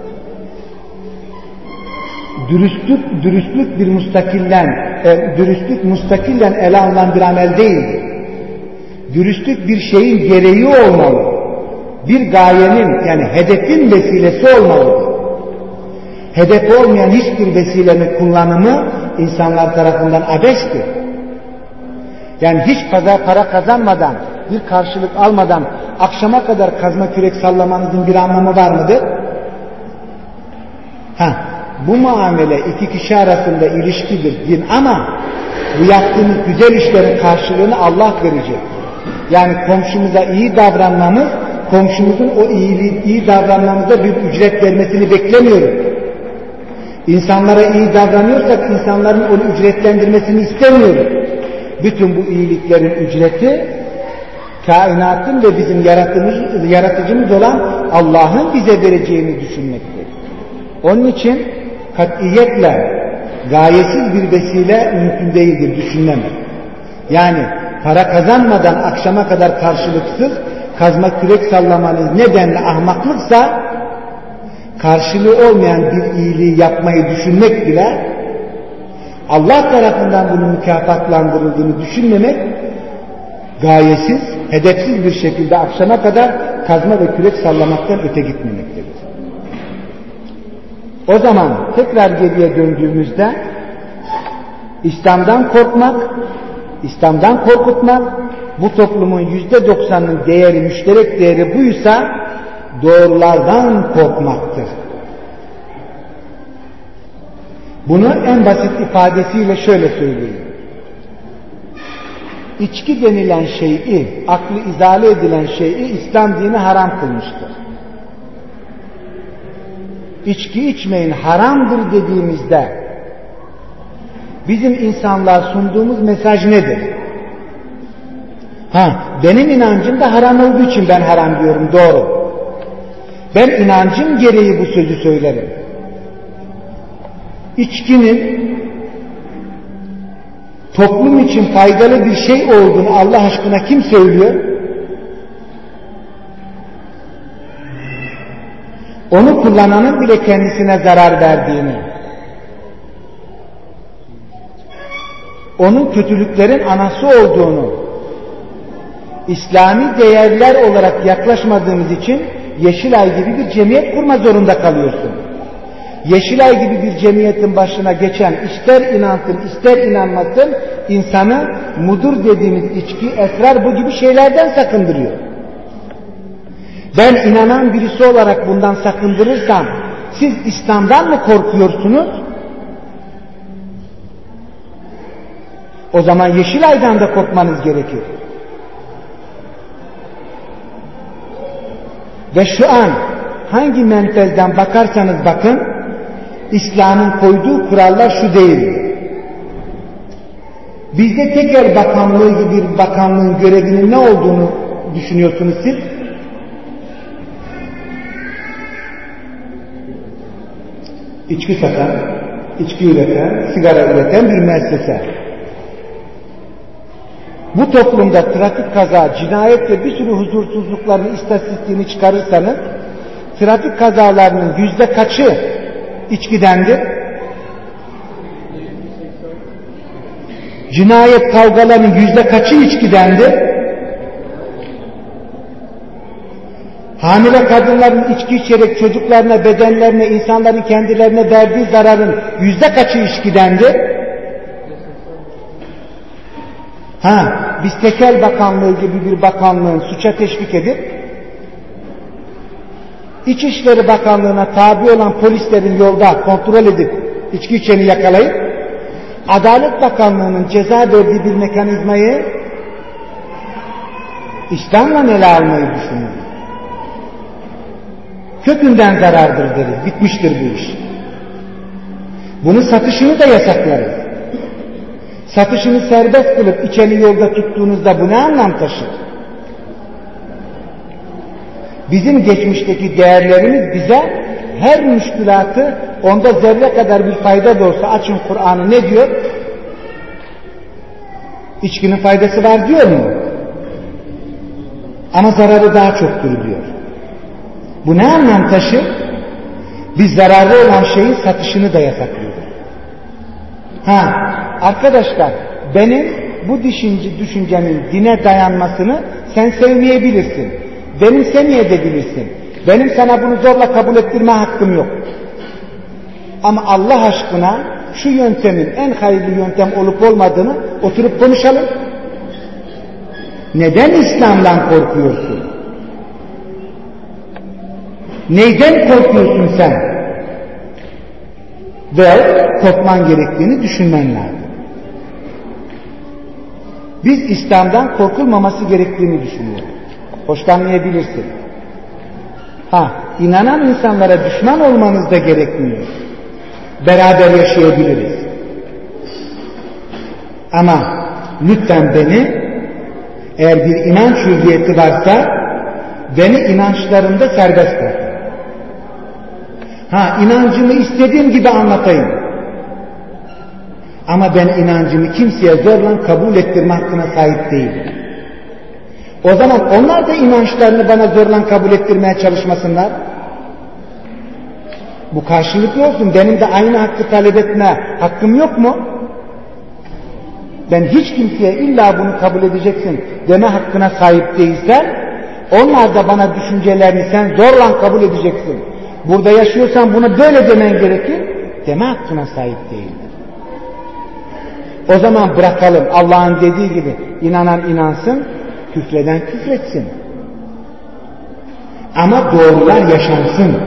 Dürüstlük, dürüstlük bir mustakillen, e, dürüstlük mustakillen ele alınan bir amel değildir. Dürüstlük bir şeyin gereği olmalı. Bir gayenin, yani hedefin vesilesi olmalıdır. Hedef olmayan hiçbir vesilenin kullanımı insanlar tarafından abestir. Yani hiç para, para kazanmadan, bir karşılık almadan akşama kadar kazma kürek sallamanızın bir anlamı var mıdır? Ha, bu muamele iki kişi arasında ilişkidir din, ama bu yaptığımız güzel işlerin karşılığını Allah verecek. Yani komşumuza iyi davranmamız, komşumuzun o iyiliği, iyi davranmamıza bir ücret vermesini beklemiyoruz. İnsanlara iyi davranıyorsak insanların onu ücretlendirmesini istemiyoruz. Bütün bu iyiliklerin ücreti kainatın ve bizim yaratıcımız, yaratıcımız olan Allah'ın bize vereceğini düşünmektir. Onun için katiyetle gayesiz bir vesile mümkün değildir, düşünülemez. Yani para kazanmadan akşama kadar karşılıksız kazma kürek sallamanız nedenle ahmaklıksa, karşılığı olmayan bir iyiliği yapmayı düşünmek bile, Allah tarafından bunun mükafatlandırıldığını düşünmemek, gayesiz, hedefsiz bir şekilde akşama kadar kazma ve kürek sallamaktan öte gitmemektedir. O zaman tekrar geriye döndüğümüzde İslam'dan korkmak, İslam'dan korkutmak, bu toplumun yüzde doksanının değeri, müşterek değeri buysa doğrulardan korkmaktır. Bunu en basit ifadesiyle şöyle söyleyeyim. İçki denilen şeyi, aklı izale edilen şeyi İslam dini haram kılmıştır. İçki içmeyin haramdır dediğimizde bizim insanlar sunduğumuz mesaj nedir? Ha, benim inancım da haram olduğu için ben haram diyorum, doğru. Ben inancım gereği bu sözü söylerim. İçkinin toplum için faydalı bir şey olduğunu Allah aşkına kim söylüyor? Onu kullananın bile kendisine zarar verdiğini, onun kötülüklerin anası olduğunu, İslami değerler olarak yaklaşmadığımız için Yeşilay gibi bir cemiyet kurma zorunda kalıyorsun. Yeşilay gibi bir cemiyetin başına geçen, ister inansın ister inanmasın, insanı mudur dediğimiz içki, esrar, bu gibi şeylerden sakındırıyor. Ben inanan birisi olarak bundan sakındırırsam siz İslam'dan mı korkuyorsunuz? O zaman Yeşilay'dan da korkmanız gerekir. Ve şu an hangi menfezden bakarsanız bakın, İslam'ın koyduğu kurallar şu değil. Bizde tekel bakanlığı gibi bir bakanlığın görevinin ne olduğunu düşünüyorsunuz siz? İçki satan, içki üreten, sigara üreten bir müessese. Bu toplumda trafik kaza, cinayet ve bir sürü huzursuzlukların istatistiğini çıkarırsanız, trafik kazalarının yüzde kaçı içkidendir? Cinayet kavgalarının yüzde kaçı içkidendir? Hamile kadınların içki içerek çocuklarına, bedenlerine, insanların kendilerine verdiği zararın yüzde kaçı içkidendir? Ha, biz tekel bakanlığı gibi bir bakanlığın suça teşvik edip, İçişleri Bakanlığı'na tabi olan polislerin yolda kontrol edip, içki içeni yakalayıp, Adalet Bakanlığı'nın ceza verdiği bir mekanizmayı İslam'la ele almayı düşünüyoruz. Kökünden zarardır deriz. Bitmiştir bu iş. Bunun satışını da yasaklarız. Satışını serbest kılıp içeni yolda tuttuğunuzda bu ne anlam taşır? Bizim geçmişteki değerlerimiz bize her müşkülatı onda zerre kadar bir fayda da olsa, açın Kur'an'ı, ne diyor? İçkinin faydası var diyor mu? Ama zararı daha çoktur diyor. Bu ne anlam taşır? Biz zararlı olan şeyin satışını da yasaklıyoruz. Ha, arkadaşlar, benim bu düşünce, düşüncemin dine dayanmasını sen sevmeyebilirsin. Benimsemeyebilirsin. Benim sana bunu zorla kabul ettirme hakkım yok. Ama Allah aşkına şu yöntemin en hayırlı yöntem olup olmadığını oturup konuşalım. Neden İslam'dan korkuyorsun? Neyden korkuyorsun sen? Ve korkman gerektiğini düşünmen lazım. Biz İslam'dan korkulmaması gerektiğini düşünüyoruz. Hoşlanmayabilirsin. Ha, inanan insanlara düşman olmanız da gerekmiyor. Beraber yaşayabiliriz. Ama lütfen beni, eğer bir inanç hürriyeti varsa, beni inançlarımda serbest bırakın. Ha, inancımı istediğim gibi anlatayım. Ama ben inancımı kimseye zorla kabul ettirme hakkına sahip değilim. O zaman onlar da inançlarını bana zorla kabul ettirmeye çalışmasınlar. Bu karşılıklı olsun. Benim de aynı hakkı talep etme hakkım yok mu? Ben hiç kimseye illa bunu kabul edeceksin deme hakkına sahip değilsem, onlar da bana düşüncelerini sen zorla kabul edeceksin, burada yaşıyorsan bunu böyle demen gerekir deme hakkına sahip değildir. O zaman bırakalım, Allah'ın dediği gibi inanan inansın, küfreden küfretsin. Ama doğrular yaşansın.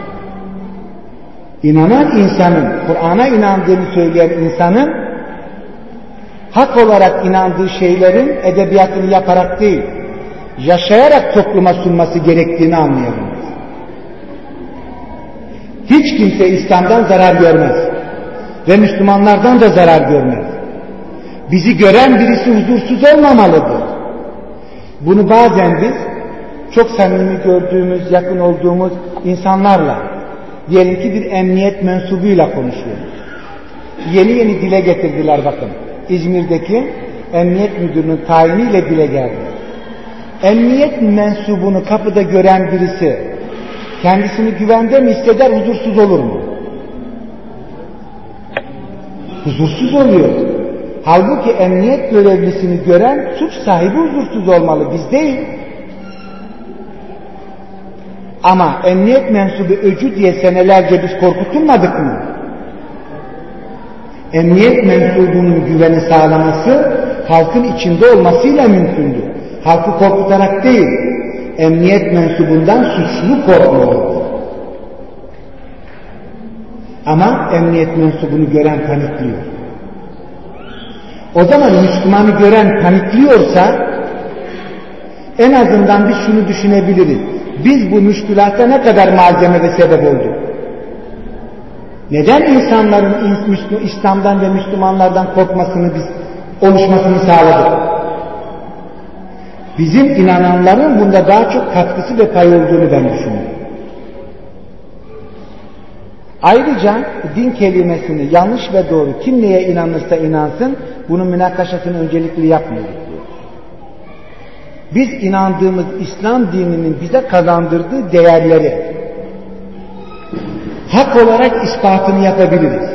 İnanan insanın, Kur'an'a inandığını söyleyen insanın hak olarak inandığı şeylerin edebiyatını yaparak değil, yaşayarak topluma sunması gerektiğini anlayalım. Hiç kimse İslam'dan zarar görmez ve Müslümanlardan da zarar görmez. Bizi gören birisi huzursuz olmamalıdır. Bunu bazen biz çok samimi gördüğümüz, yakın olduğumuz insanlarla, diyelim ki bir emniyet mensubuyla konuşuyoruz. Yeni yeni dile getirdiler bakın. İzmir'deki emniyet müdürünün tayiniyle dile geldi. Emniyet mensubunu kapıda gören birisi kendisini güvende mi hisseder, huzursuz olur mu? Huzursuz oluyor. Halbuki emniyet görevlisini gören suç sahibi huzursuz olmalı, biz değil. Ama emniyet mensubu öcü diye senelerce biz korkutulmadık mı? Emniyet mensubunun güveni sağlaması halkın içinde olmasıyla mümkündür. Halkı korkutarak değil, emniyet mensubundan suçlu korkmalıdır. Ama emniyet mensubunu gören panikliyor. O zaman Müslümanı gören panikliyorsa en azından biz şunu düşünebiliriz. Biz bu müşkülata ne kadar malzeme ve sebep olduk? Neden insanların İslam'dan ve Müslümanlardan korkmasını biz oluşmasını sağladık? Bizim inananların bunda daha çok katkısı ve pay olduğunu ben düşünüyorum. Ayrıca din kelimesini yanlış ve doğru kim neye inanırsa inansın bunun münakaşasını öncelikli yapmıyoruz. Biz inandığımız İslam dininin bize kazandırdığı değerleri hak olarak ispatını yapabiliriz.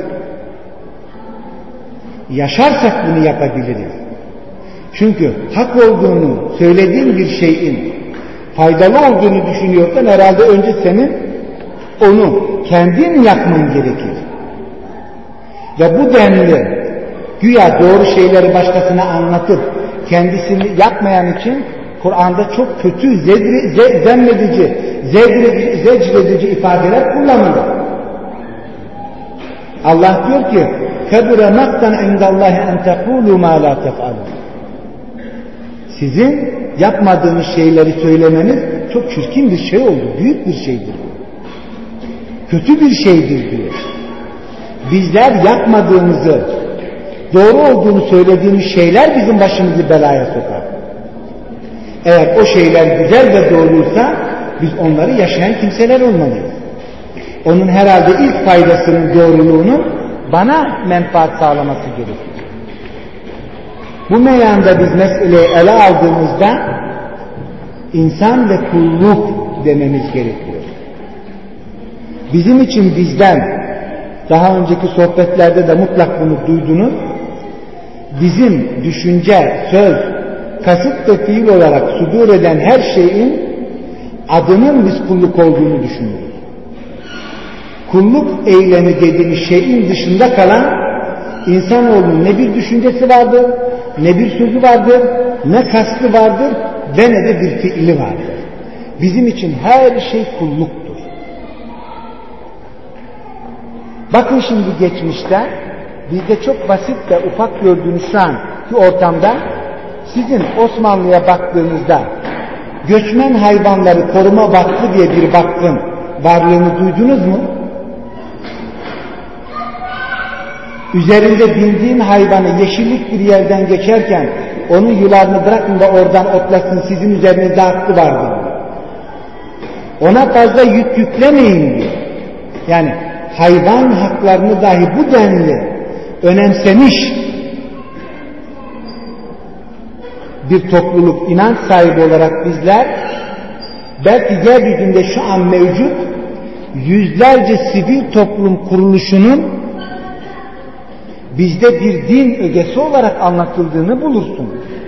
Yaşarsak bunu yapabiliriz. Çünkü hak olduğunu söylediğin bir şeyin faydalı olduğunu düşünüyorsan herhalde önce senin onu kendin yapman gerekir. Ve bu denli güya doğru şeyleri başkasına anlatıp kendisini yapmayan için Kur'an'da çok kötü, zedri, ze, zemmedici, zedri, zecredici ifadeler kullanılır. Allah diyor ki كَبُرَ مَقْتًا عِنْدَ اللّٰهِ اَنْ تَقُولُوا مَا لَا تَفْعَلُونَ Sizin yapmadığınız şeyleri söylemeniz çok çirkin bir şey oldu. Büyük bir şeydir. Kötü bir şeydir diyor. Bizler yapmadığımızı, doğru olduğunu söylediğimiz şeyler bizim başımızı belaya sokar. Eğer o şeyler güzel ve doğruysa biz onları yaşayan kimseler olmalıyız. Onun herhalde ilk faydasının doğruluğunu bana menfaat sağlaması gerekir. Bu meyanda biz meseleyi ele aldığımızda insan ve kulluk dememiz gerekiyor. Bizim için bizden daha önceki sohbetlerde de mutlak bunu duydunuz. Bizim düşünce, söz, kasıt ve fiil olarak sudur eden her şeyin adının biz kulluk olduğunu düşünüyoruz. Kulluk eylemi dediğimiz şeyin dışında kalan insanoğlunun ne bir düşüncesi vardır, ne bir sözü vardır, ne kastı vardır ve ne de bir fiili vardır. Bizim için her şey kulluktur. Bakın şimdi geçmişte bizde çok basit ve ufak gördüğünüz şu anki ortamda sizin Osmanlı'ya baktığınızda göçmen hayvanları koruma vakfı diye bir vakfın varlığını duydunuz mu? Üzerinde bindiğin hayvanı yeşillik bir yerden geçerken onun yularını bırakın da oradan otlasın, sizin üzerinizde hakkı vardır. Ona fazla yük yüklemeyin diyor. Yani hayvan haklarını dahi bu denli önemsemiş bir topluluk, inanç sahibi olarak bizler belki yeryüzünde şu an mevcut yüzlerce sivil toplum kuruluşunun bizde bir din ögesi olarak anlatıldığını bulursunuz.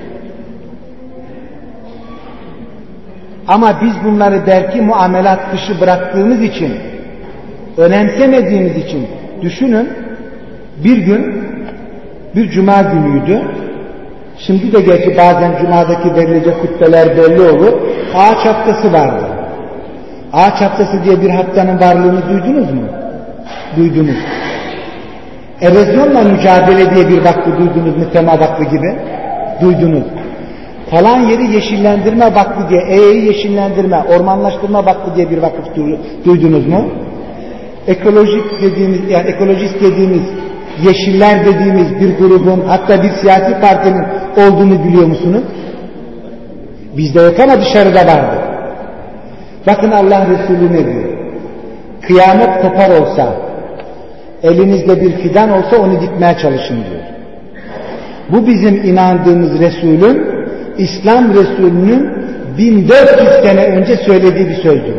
Ama biz bunları belki muamelat dışı bıraktığımız için, önemsemediğimiz için düşünün, bir gün bir cuma günüydü. Şimdi de gerçi bazen cumadaki verilecek hutbeler belli olur. Ağaç haftası vardı. Ağaç haftası diye bir haftanın varlığını duydunuz mu? Duydunuz. Erozyonla mücadele diye bir vakfı duydunuz mu? Tema vakfı gibi. Duydunuz. Falan yeri yeşillendirme vakfı diye, E'yi yeşillendirme, ormanlaştırma vakfı diye bir vakıf duydunuz mu? Ekolojik dediğimiz, yani ekolojist dediğimiz, yeşiller dediğimiz bir grubun, hatta bir siyasi partinin olduğunu biliyor musunuz? Bizde yok ama dışarıda vardı. Bakın Allah Resulü ne diyor? Kıyamet kopar olsa, elinizde bir fidan olsa onu dikmeye çalışın diyor. Bu bizim inandığımız Resulün, İslam Resulü'nün bin dört yüz sene önce söylediği bir sözdür.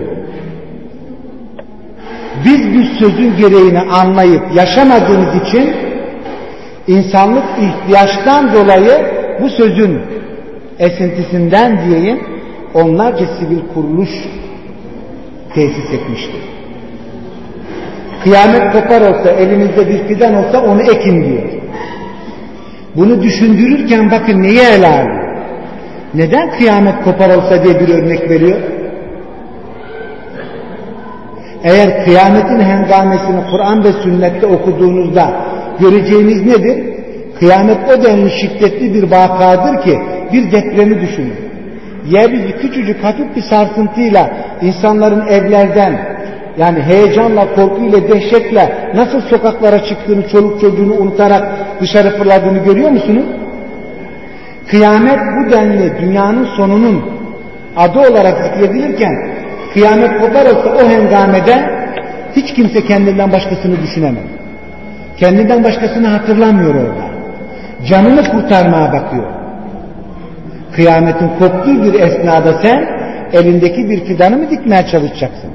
Biz bu sözün gereğini anlayıp yaşamadığımız için insanlık ihtiyaçtan dolayı bu sözün esintisinden diyeyim onlarca sivil kuruluş tesis etmiştir. Kıyamet kopar olsa, elinizde bir fidan olsa onu ekin diyor. Bunu düşündürürken bakın neyi ele alıyor? Neden kıyamet kopar olsa diye bir örnek veriyor? Eğer kıyametin hengamesini Kur'an ve sünnette okuduğunuzda göreceğiniz nedir? Kıyamet o denli şiddetli bir vakadır ki bir depremi düşünün. Yeryüzü küçücük hafif bir sarsıntıyla insanların evlerden, yani heyecanla, korkuyla, dehşetle nasıl sokaklara çıktığını, çoluk çocuğunu unutarak dışarı fırladığını görüyor musunuz? Kıyamet bu denli dünyanın sonunun adı olarak zikredilirken kıyamet kopar olsa o hengamede hiç kimse kendinden başkasını düşünemez. Kendinden başkasını hatırlamıyor orada. Canını kurtarmaya bakıyor. Kıyametin koptuğu bir esnada sen elindeki bir fidanı mı dikmeye çalışacaksın?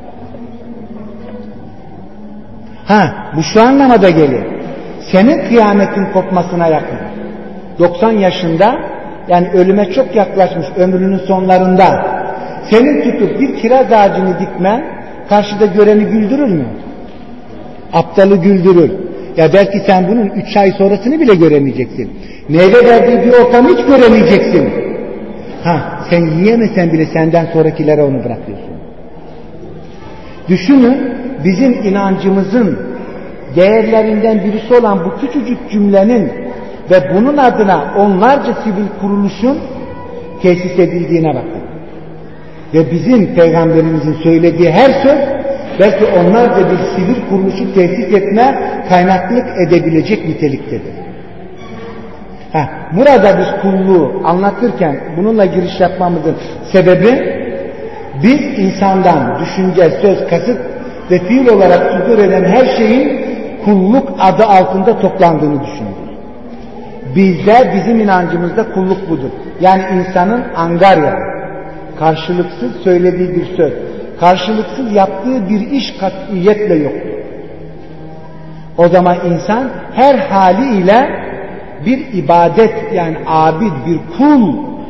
Ha, bu şu anlamada gelir. Senin kıyametin kopmasına yakın. doksan yaşında, yani ölüme çok yaklaşmış, ömrünün sonlarında senin tutup bir kiraz ağacını dikmen karşıda göreni güldürür mü? Aptalı güldürür. Ya belki sen bunun üç ay sonrasını bile göremeyeceksin. Meyve verdiği bir ortamı hiç göremeyeceksin. Ha, sen yiyemesen bile senden sonrakilere onu bırakıyorsun. Düşünün, bizim inancımızın değerlerinden birisi olan bu küçücük cümlenin ve bunun adına onlarca sivil kuruluşun tesis edildiğine bakın. Ve bizim Peygamberimizin söylediği her söz belki onlarca bir sivil kuruluşu tesis etme, kaynaklık edebilecek niteliktedir. Ha, burada biz kulluğu anlatırken bununla giriş yapmamızın sebebi, biz insandan düşünce, söz, kasıt ve fiil olarak sudur eden her şeyin kulluk adı altında toplandığını düşünüyoruz. Bizde, bizim inancımızda kulluk budur. Yani insanın angarya, karşılıksız söylediği bir söz, karşılıksız yaptığı bir iş katiyetle yoktur. O zaman insan her haliyle bir ibadet, yani abid, bir kul,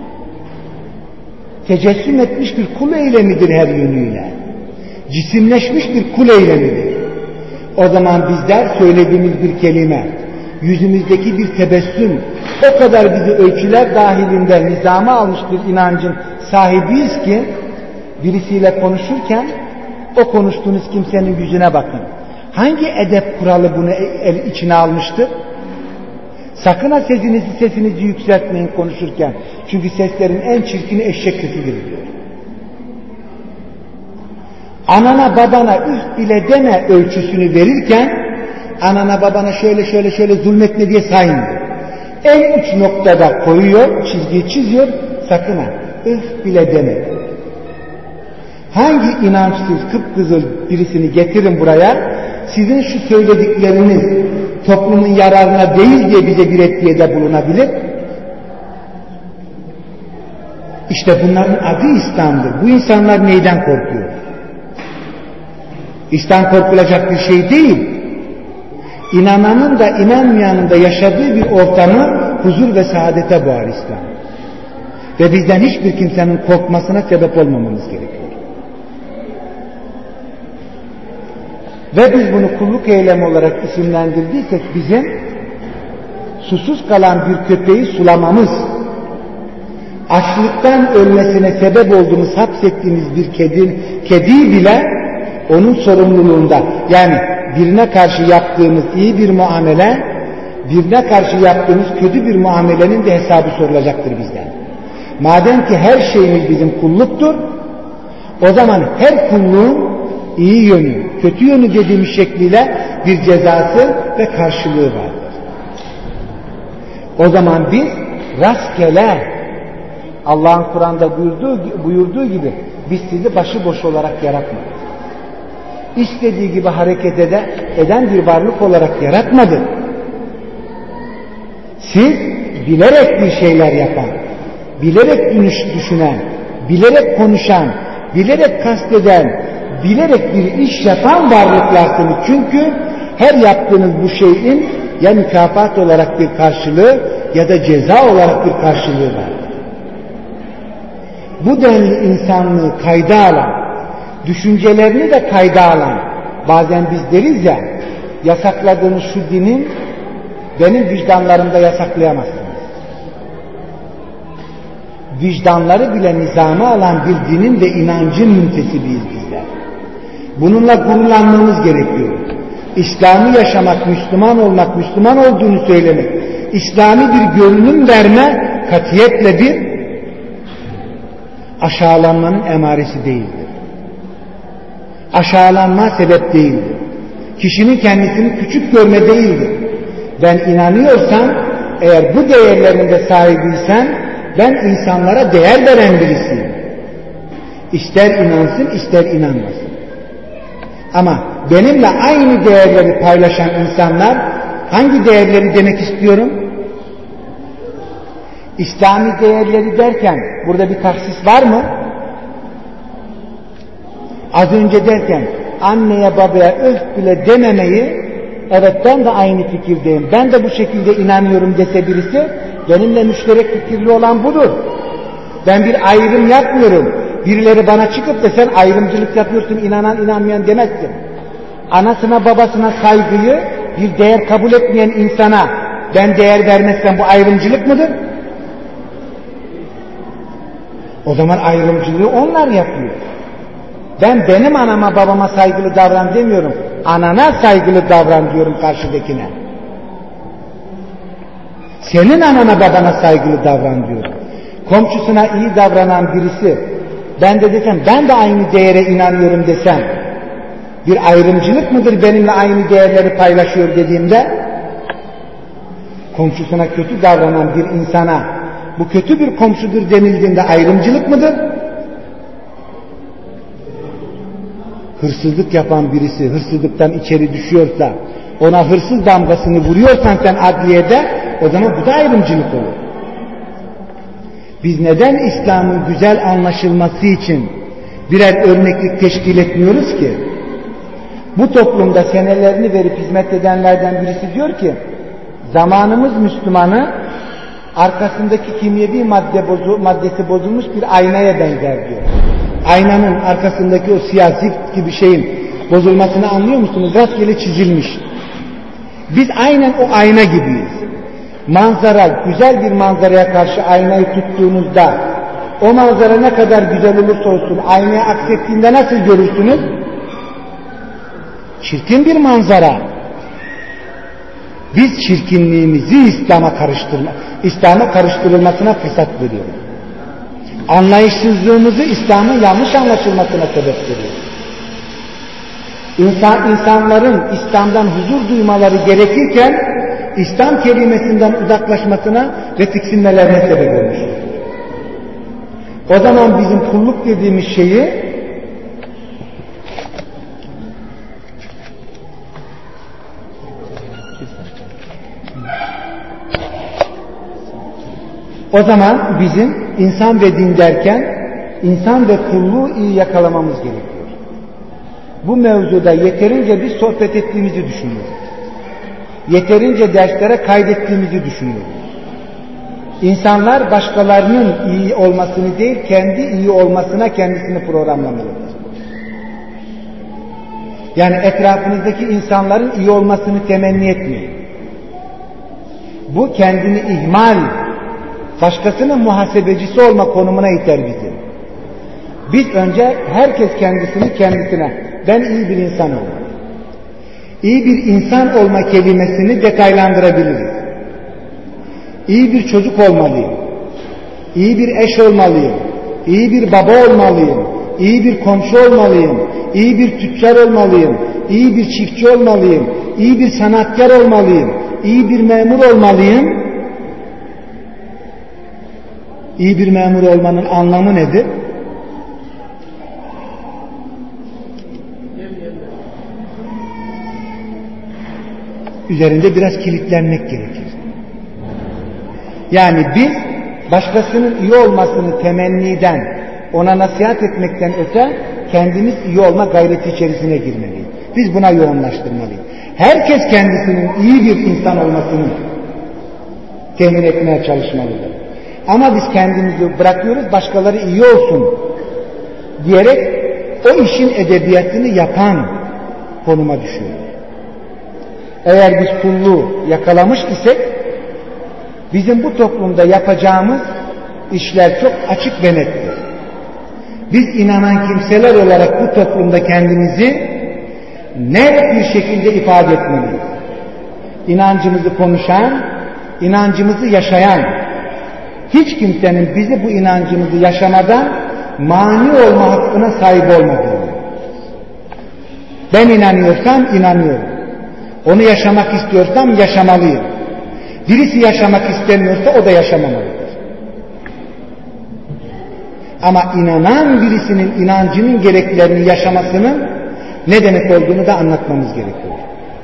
tecessüm etmiş bir kul eylemidir her yönüyle. Cisimleşmiş bir kul eylemidir. O zaman bizler söylediğimiz bir kelime, yüzümüzdeki bir tebessüm, o kadar bizi ölçüler dahilinde nizama almış bir inancın sahibiyiz ki, birisiyle konuşurken o konuştuğunuz kimsenin yüzüne bakın. Hangi edep kuralı bunu el içine almıştır? Sakın ha sesinizi, sesinizi yükseltmeyin konuşurken. Çünkü seslerin en çirkini eşek sesidir diyor. Anana babana üf bile deme ölçüsünü verirken, anana babana şöyle şöyle şöyle zulmetme diye saymıyor. En uç noktada koyuyor, çizgiyi çiziyor, sakın ha üf bile deme. Hangi inançsız kıpkızıl birisini getirin buraya, sizin şu söyledikleriniz toplumun yararına değil diye bize bir etkiyede bulunabilir. İşte bunların adı İslam'dır. Bu insanlar neyden korkuyor? İslam korkulacak bir şey değil. İnananın da inanmayanın da yaşadığı bir ortamı huzur ve saadete boğar İslam. Ve bizden hiçbir kimsenin korkmasına sebep olmamamız gerekiyor. Ve biz bunu kulluk eylemi olarak isimlendirdiysek bizim susuz kalan bir köpeği sulamamız, açlıktan ölmesine sebep olduğumuz, hapsettiğimiz bir kedi, kediyi bile onun sorumluluğunda, yani birine karşı yaptığımız iyi bir muamele, birine karşı yaptığımız kötü bir muamelenin de hesabı sorulacaktır bizden. Madem ki her şeyimiz bizim kulluktur, o zaman her kulluğun iyi yönü, kötü yönü dediğimiz şekliyle bir cezası ve karşılığı vardır. O zaman biz rastgele, Allah'ın Kur'an'da buyurduğu, buyurduğu gibi biz sizi başıboş olarak yaratmadık. İstediği gibi hareket ede, eden bir varlık olarak yaratmadık. Siz bilerek bir şeyler yapan, bilerek düşünen, bilerek konuşan, bilerek kasteden, bilerek bir iş yapan varlıklarsınız. Çünkü her yaptığınız bu şeyin ya mükafat olarak bir karşılığı ya da ceza olarak bir karşılığı vardır. Bu denli insanlığı kayda alan, düşüncelerini de kayda alan, bazen biz deriz ya, yasakladığınız şu dinin benim vicdanlarımda yasaklayamazsınız. vicdanları bile nizama alan bir dinin ve inancın müntesibiyiz bizler. Bununla gururlanmamız gerekiyor. İslam'ı yaşamak, Müslüman olmak, Müslüman olduğunu söylemek, İslami bir görünüm verme katiyetle bir aşağılanmanın emaresi değildir. Aşağılanma sebep değildir. Kişinin kendisini küçük görme değildir. Ben inanıyorsam, eğer bu değerlerinde sahibiysen, ben insanlara değer veren birisiyim. İster inansın, ister inanmasın. Ama benimle aynı değerleri paylaşan insanlar, hangi değerleri demek istiyorum? İslami değerleri derken burada bir taksis var mı? Az önce derken anneye babaya öf bile dememeyi, evet ben de aynı fikirdeyim, ben de bu şekilde inanıyorum dese birisi, benimle müşterek fikirli olan budur. Ben bir ayrım yapmıyorum. Birileri bana çıkıp da sen ayrımcılık yapıyorsun, inanan inanmayan demezsin. Anasına babasına saygıyı bir değer kabul etmeyen insana ben değer vermezsem bu ayrımcılık mıdır? O zaman ayrımcılığı onlar yapıyor. Ben benim anama babama saygılı davran demiyorum. Anana saygılı davran diyorum karşıdakine. Senin anana babana saygılı davran diyorum. Komşusuna iyi davranan birisi, ben de desem, ben de aynı değere inanıyorum desem, bir ayrımcılık mıdır benimle aynı değerleri paylaşıyor dediğimde? Komşusuna kötü davranan bir insana, bu kötü bir komşudur denildiğinde ayrımcılık mıdır? Hırsızlık yapan birisi hırsızlıktan içeri düşüyorsa, ona hırsız damgasını vuruyorsan sen adliyede, o zaman bu da ayrımcılık olur. Biz neden İslam'ın güzel anlaşılması için birer örneklik teşkil etmiyoruz ki? Bu toplumda senelerini verip hizmet edenlerden birisi diyor ki, zamanımız Müslümanı arkasındaki kimyevi madde bozu, maddesi bozulmuş bir aynaya benzer diyor. Aynanın arkasındaki o siyah zift gibi şeyin bozulmasını anlıyor musunuz? Rastgele çizilmiş. Biz aynen o ayna gibiyiz. Manzara, güzel bir manzaraya karşı aynayı tuttuğunuzda, o manzara ne kadar güzel olursa olsun aynaya aksettiğinde nasıl görürsünüz? Çirkin bir manzara. Biz çirkinliğimizi İslam'a karıştırma, İslam'a karıştırılmasına fırsat veriyoruz. Anlayışsızlığımızı İslam'ın yanlış anlaşılmasına sebep veriyoruz. İnsan, insanların İslam'dan huzur duymaları gerekirken İslam kelimesinden uzaklaşmasına ve tiksinmelerine sebep olmuştur. O zaman bizim kulluk dediğimiz şeyi o zaman bizim insan ve din derken insan ve kulluğu iyi yakalamamız gerekiyor. Bu mevzuda yeterince bir sohbet ettiğimizi düşünüyorum. Yeterince derslere kaydettiğimizi düşünüyorum. İnsanlar başkalarının iyi olmasını değil, kendi iyi olmasına kendisini programlamalıdır. Yani etrafınızdaki insanların iyi olmasını temenni etmeyin. Bu kendini ihmal, başkasının muhasebecisi olma konumuna iter bizi. Biz önce herkes kendisini kendisine, ben iyi bir insan olmalıyım. İyi bir insan olma kelimesini detaylandırabiliriz. İyi bir çocuk olmalıyım. İyi bir eş olmalıyım. İyi bir baba olmalıyım. İyi bir komşu olmalıyım. İyi bir tüccar olmalıyım. İyi bir çiftçi olmalıyım. İyi bir sanatkar olmalıyım. İyi bir memur olmalıyım. İyi bir memur olmanın anlamı nedir? Üzerinde biraz kilitlenmek gerekir. Yani biz başkasının iyi olmasını temenniden, ona nasihat etmekten öte kendimiz iyi olma gayreti içerisine girmeliyiz. Biz buna yoğunlaştırmalıyız. Herkes kendisinin iyi bir insan olmasını temin etmeye çalışmalıdır. Ama biz kendimizi bırakıyoruz, başkaları iyi olsun diyerek o işin edebiyatını yapan konuma düşüyoruz. Eğer biz kulluğu yakalamış isek, bizim bu toplumda yapacağımız işler çok açık ve nettir. Biz inanan kimseler olarak bu toplumda kendimizi net bir şekilde ifade etmeliyiz. İnancımızı konuşan, inancımızı yaşayan, hiç kimsenin bizi bu inancımızı yaşamadan mani olma hakkına sahip olmadığını. Ben inanıyorsam inanıyorum. Onu yaşamak istiyorsam yaşamalıyım. Birisi yaşamak istemiyorsa o da yaşamamalıdır. Ama inanan birisinin inancının gereklerini yaşamasının ne demek olduğunu da anlatmamız gerekiyor.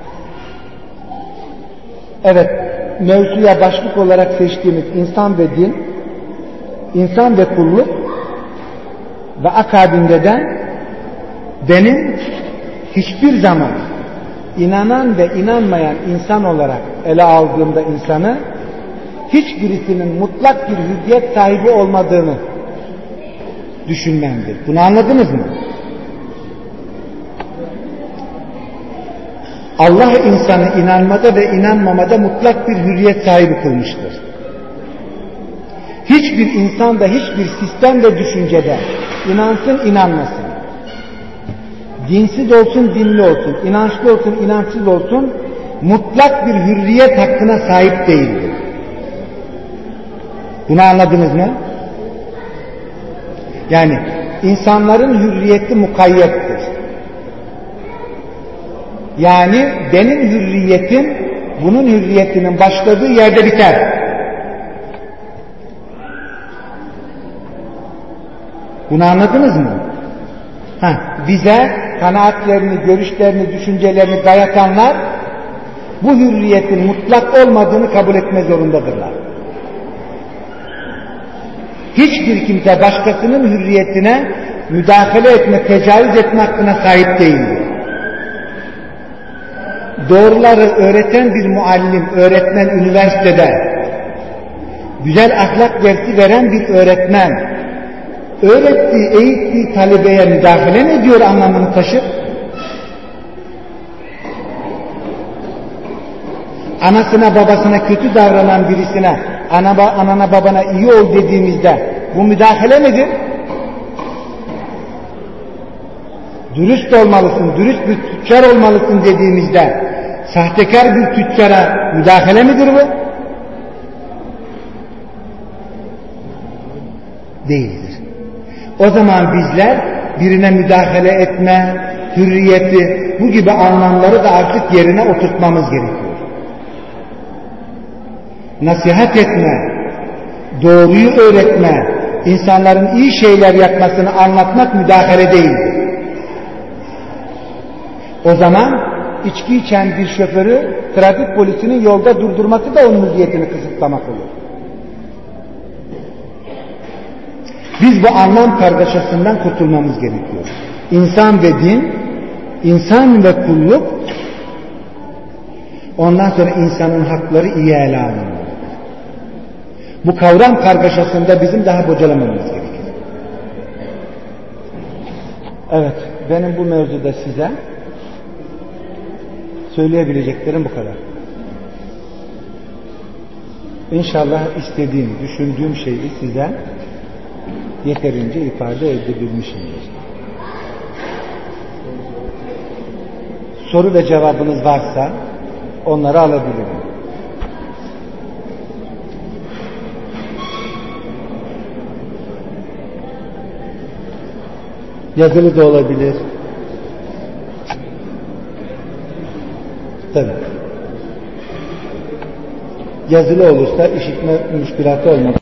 Evet, mevzuya başlık olarak seçtiğimiz insan ve din, insan ve kulluk ve akabinde de benim hiçbir zaman inanan ve inanmayan insan olarak ele aldığımda insanı, hiçbirisinin mutlak bir hürriyet sahibi olmadığını düşünmemdir. Bunu anladınız mı? Allah insanı inanmada ve inanmamada mutlak bir hürriyet sahibi kılmıştır. Hiçbir insan da hiçbir sistem ve düşüncede inansın inanmasın, dinsiz olsun dinli olsun, inançlı olsun inançsız olsun, mutlak bir hürriyet hakkına sahip değildir. Bunu anladınız mı? Yani insanların hürriyeti mukayyettir. Yani benim hürriyetim bunun hürriyetinin başladığı yerde biter. Bunu anladınız mı? Ha, bize kanaatlerini, görüşlerini, düşüncelerini dayatanlar bu hürriyetin mutlak olmadığını kabul etme zorundadırlar. Hiçbir kimse başkasının hürriyetine müdahale etme, tecavüz etme hakkına sahip değildir. Doğruları öğreten bir muallim, öğretmen üniversitede, güzel ahlak dersi veren bir öğretmen, öğrettiği, eğittiği talebeye müdahale mi ediyor anlamını taşır? Anasına babasına kötü davranan birisine, ana, anana babana iyi ol dediğimizde bu müdahale midir? Dürüst olmalısın, dürüst bir tüccar olmalısın dediğimizde sahtekar bir tüccara müdahale midir bu? Değildir. O zaman bizler birine müdahale etme, hürriyeti, bu gibi anlamları da artık yerine oturtmamız gerekiyor. Nasihat etme, doğruyu öğretme, insanların iyi şeyler yapmasını anlatmak müdahale değildir. O zaman içki içen bir şoförü trafik polisinin yolda durdurması da onun hürriyetini kısıtlamak olur. Biz bu anlam kargaşasından kurtulmamız gerekiyor. İnsan ve din, insan ve kulluk, ondan sonra insanın hakları iyi ele alınmalıdır. Bu kavram kargaşasında bizim daha bocalamamız gerekir. Evet, benim bu mevzuda size söyleyebileceklerim bu kadar. İnşallah istediğim, düşündüğüm şeyi size yeterince ifade edebilmişimdir. Soru ve cevabınız varsa onları alabilirim. Yazılı da olabilir. Tabii. Yazılı olursa işitme müşkülatı olmaz.